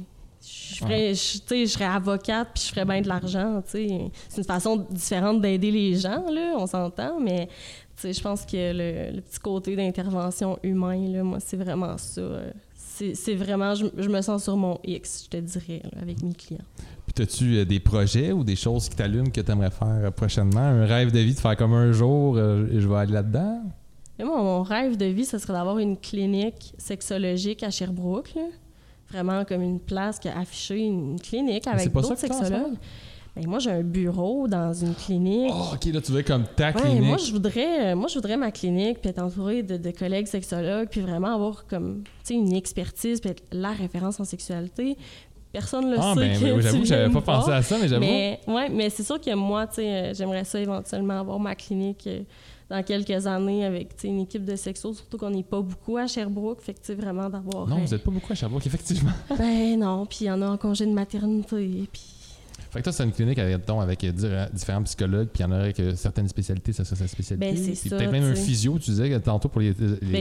Je serais avocate puis je ferais bien de l'argent, tu sais. C'est une façon différente d'aider les gens, là, on s'entend, mais tu sais, je pense que le petit côté d'intervention humain, là, moi, c'est vraiment ça. C'est vraiment, je me sens sur mon X, je te dirais, là, avec mes clients. Puis as-tu des projets ou des choses qui t'allument que tu aimerais faire prochainement? Un rêve de vie de faire comme un jour, je vais aller là-dedans? Et moi, mon rêve de vie, ce serait d'avoir une clinique sexologique à Sherbrooke, là. Vraiment comme une place qui a affiché une clinique avec d'autres sexologues. Ben, moi, j'ai un bureau dans une clinique. Oh, OK, là, tu veux comme ta clinique. Moi, je voudrais ma clinique, puis être entourée de collègues sexologues, puis vraiment avoir comme, tu sais, une expertise, puis être la référence en sexualité. Personne ne le sait. Ben, j'avoue que j'avais pas pensé à ça, mais j'avoue. Mais c'est sûr que moi, tu sais, j'aimerais ça éventuellement avoir ma clinique dans quelques années avec une équipe de sexo, surtout qu'on n'est pas beaucoup à Sherbrooke, fait que tu sais, vraiment d'avoir... Non, vous n'êtes pas beaucoup à Sherbrooke, effectivement. Ben non, puis il y en a en congé de maternité, puis... Fait que toi, c'est une clinique avec différents psychologues, puis il y en aurait que certaines spécialités, ça serait sa spécialité. Ben, c'est puis ça, peut-être même un physio, tu disais tantôt pour les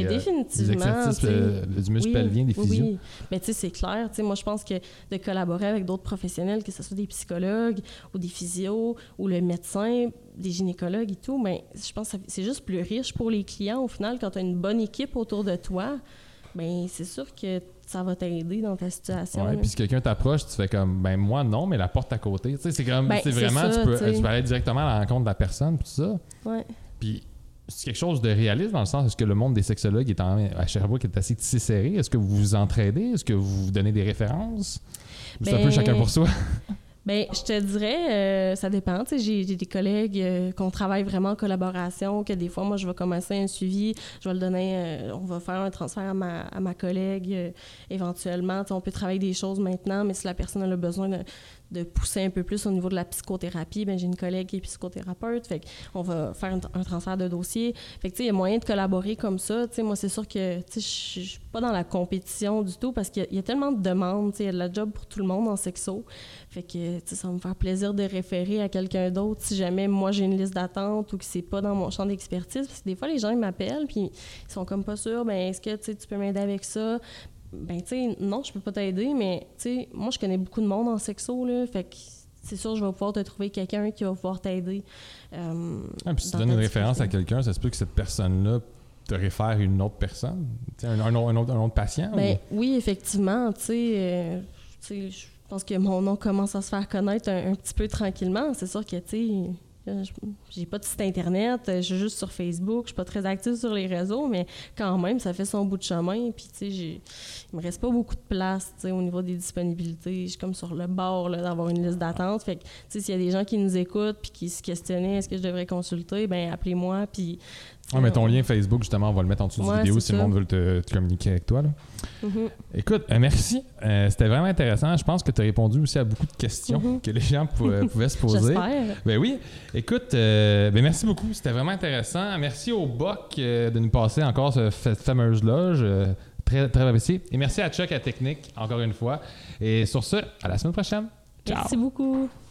exercices du muscle pelvien, des physios. Oui, ben tu sais, c'est clair. Moi, je pense que de collaborer avec d'autres professionnels, que ce soit des psychologues ou des physios ou le médecin, des gynécologues et tout, ben, je pense que c'est juste plus riche pour les clients. Au final, quand tu as une bonne équipe autour de toi, ben c'est sûr que ça va t'aider dans ta situation. Ouais, puis si quelqu'un t'approche, tu fais comme, ben moi non, mais la porte à côté. Tu sais, c'est comme, ben, c'est vraiment, ça, tu peux aller directement à la rencontre de la personne, puis tout ça. Ouais. Puis c'est quelque chose de réaliste dans le sens, est-ce que le monde des sexologues à Sherbrooke est assez tissé serré? Est-ce que vous vous entraidez? Est-ce que vous vous donnez des références? C'est un peu chacun pour soi? Bien, je te dirais, ça dépend. Tu sais, j'ai des collègues qu'on travaille vraiment en collaboration, que des fois, moi, je vais commencer un suivi, je vais le donner, on va faire un transfert à ma collègue éventuellement. Tu sais, on peut travailler des choses maintenant, mais si la personne a besoin de pousser un peu plus au niveau de la psychothérapie, bien, j'ai une collègue qui est psychothérapeute, fait qu'on va faire un transfert de dossier. Fait que, tu sais, il y a moyen de collaborer comme ça. Tu sais, moi, c'est sûr que, tu sais, je suis pas dans la compétition du tout parce qu'il y a tellement de demandes, tu sais, il y a de la job pour tout le monde en sexo. Fait que, tu sais, ça va me faire plaisir de référer à quelqu'un d'autre si jamais moi, j'ai une liste d'attente ou que c'est pas dans mon champ d'expertise. Parce que des fois, les gens, ils m'appellent puis ils sont comme pas sûrs, bien, est-ce que, tu sais, tu peux m'aider avec ça? Ben, tu sais, non, je peux pas t'aider, mais, tu sais, moi, je connais beaucoup de monde en sexo, là, fait que c'est sûr, je vais pouvoir te trouver quelqu'un qui va pouvoir t'aider. Puis si tu donnes une référence à quelqu'un, ça se peut que cette personne-là te réfère à une autre personne, un autre patient? Ben, oui, effectivement, tu sais, je pense que mon nom commence à se faire connaître un petit peu tranquillement. C'est sûr que, tu sais, J'ai pas de site Internet, je suis juste sur Facebook, je suis pas très active sur les réseaux, mais quand même, ça fait son bout de chemin. Puis, tu sais, il me reste pas beaucoup de place, tu sais, au niveau des disponibilités. Je suis comme sur le bord là, d'avoir une liste d'attente. Fait que, tu sais, s'il y a des gens qui nous écoutent puis qui se questionnaient est-ce que je devrais consulter, ben appelez-moi. Puis. Mais ton lien Facebook, justement, on va le mettre en dessous de la vidéo si le monde veut te communiquer avec toi. Là. Écoute, merci. C'était vraiment intéressant. Je pense que tu as répondu aussi à beaucoup de questions que les gens pouvaient se poser. J'espère. Ben oui. Écoute, merci beaucoup. C'était vraiment intéressant. Merci au BOC de nous passer encore cette fameuse loge. Très, très apprécié. Et merci à Chuck à Technique, encore une fois. Et sur ce, à la semaine prochaine. Ciao. Merci beaucoup.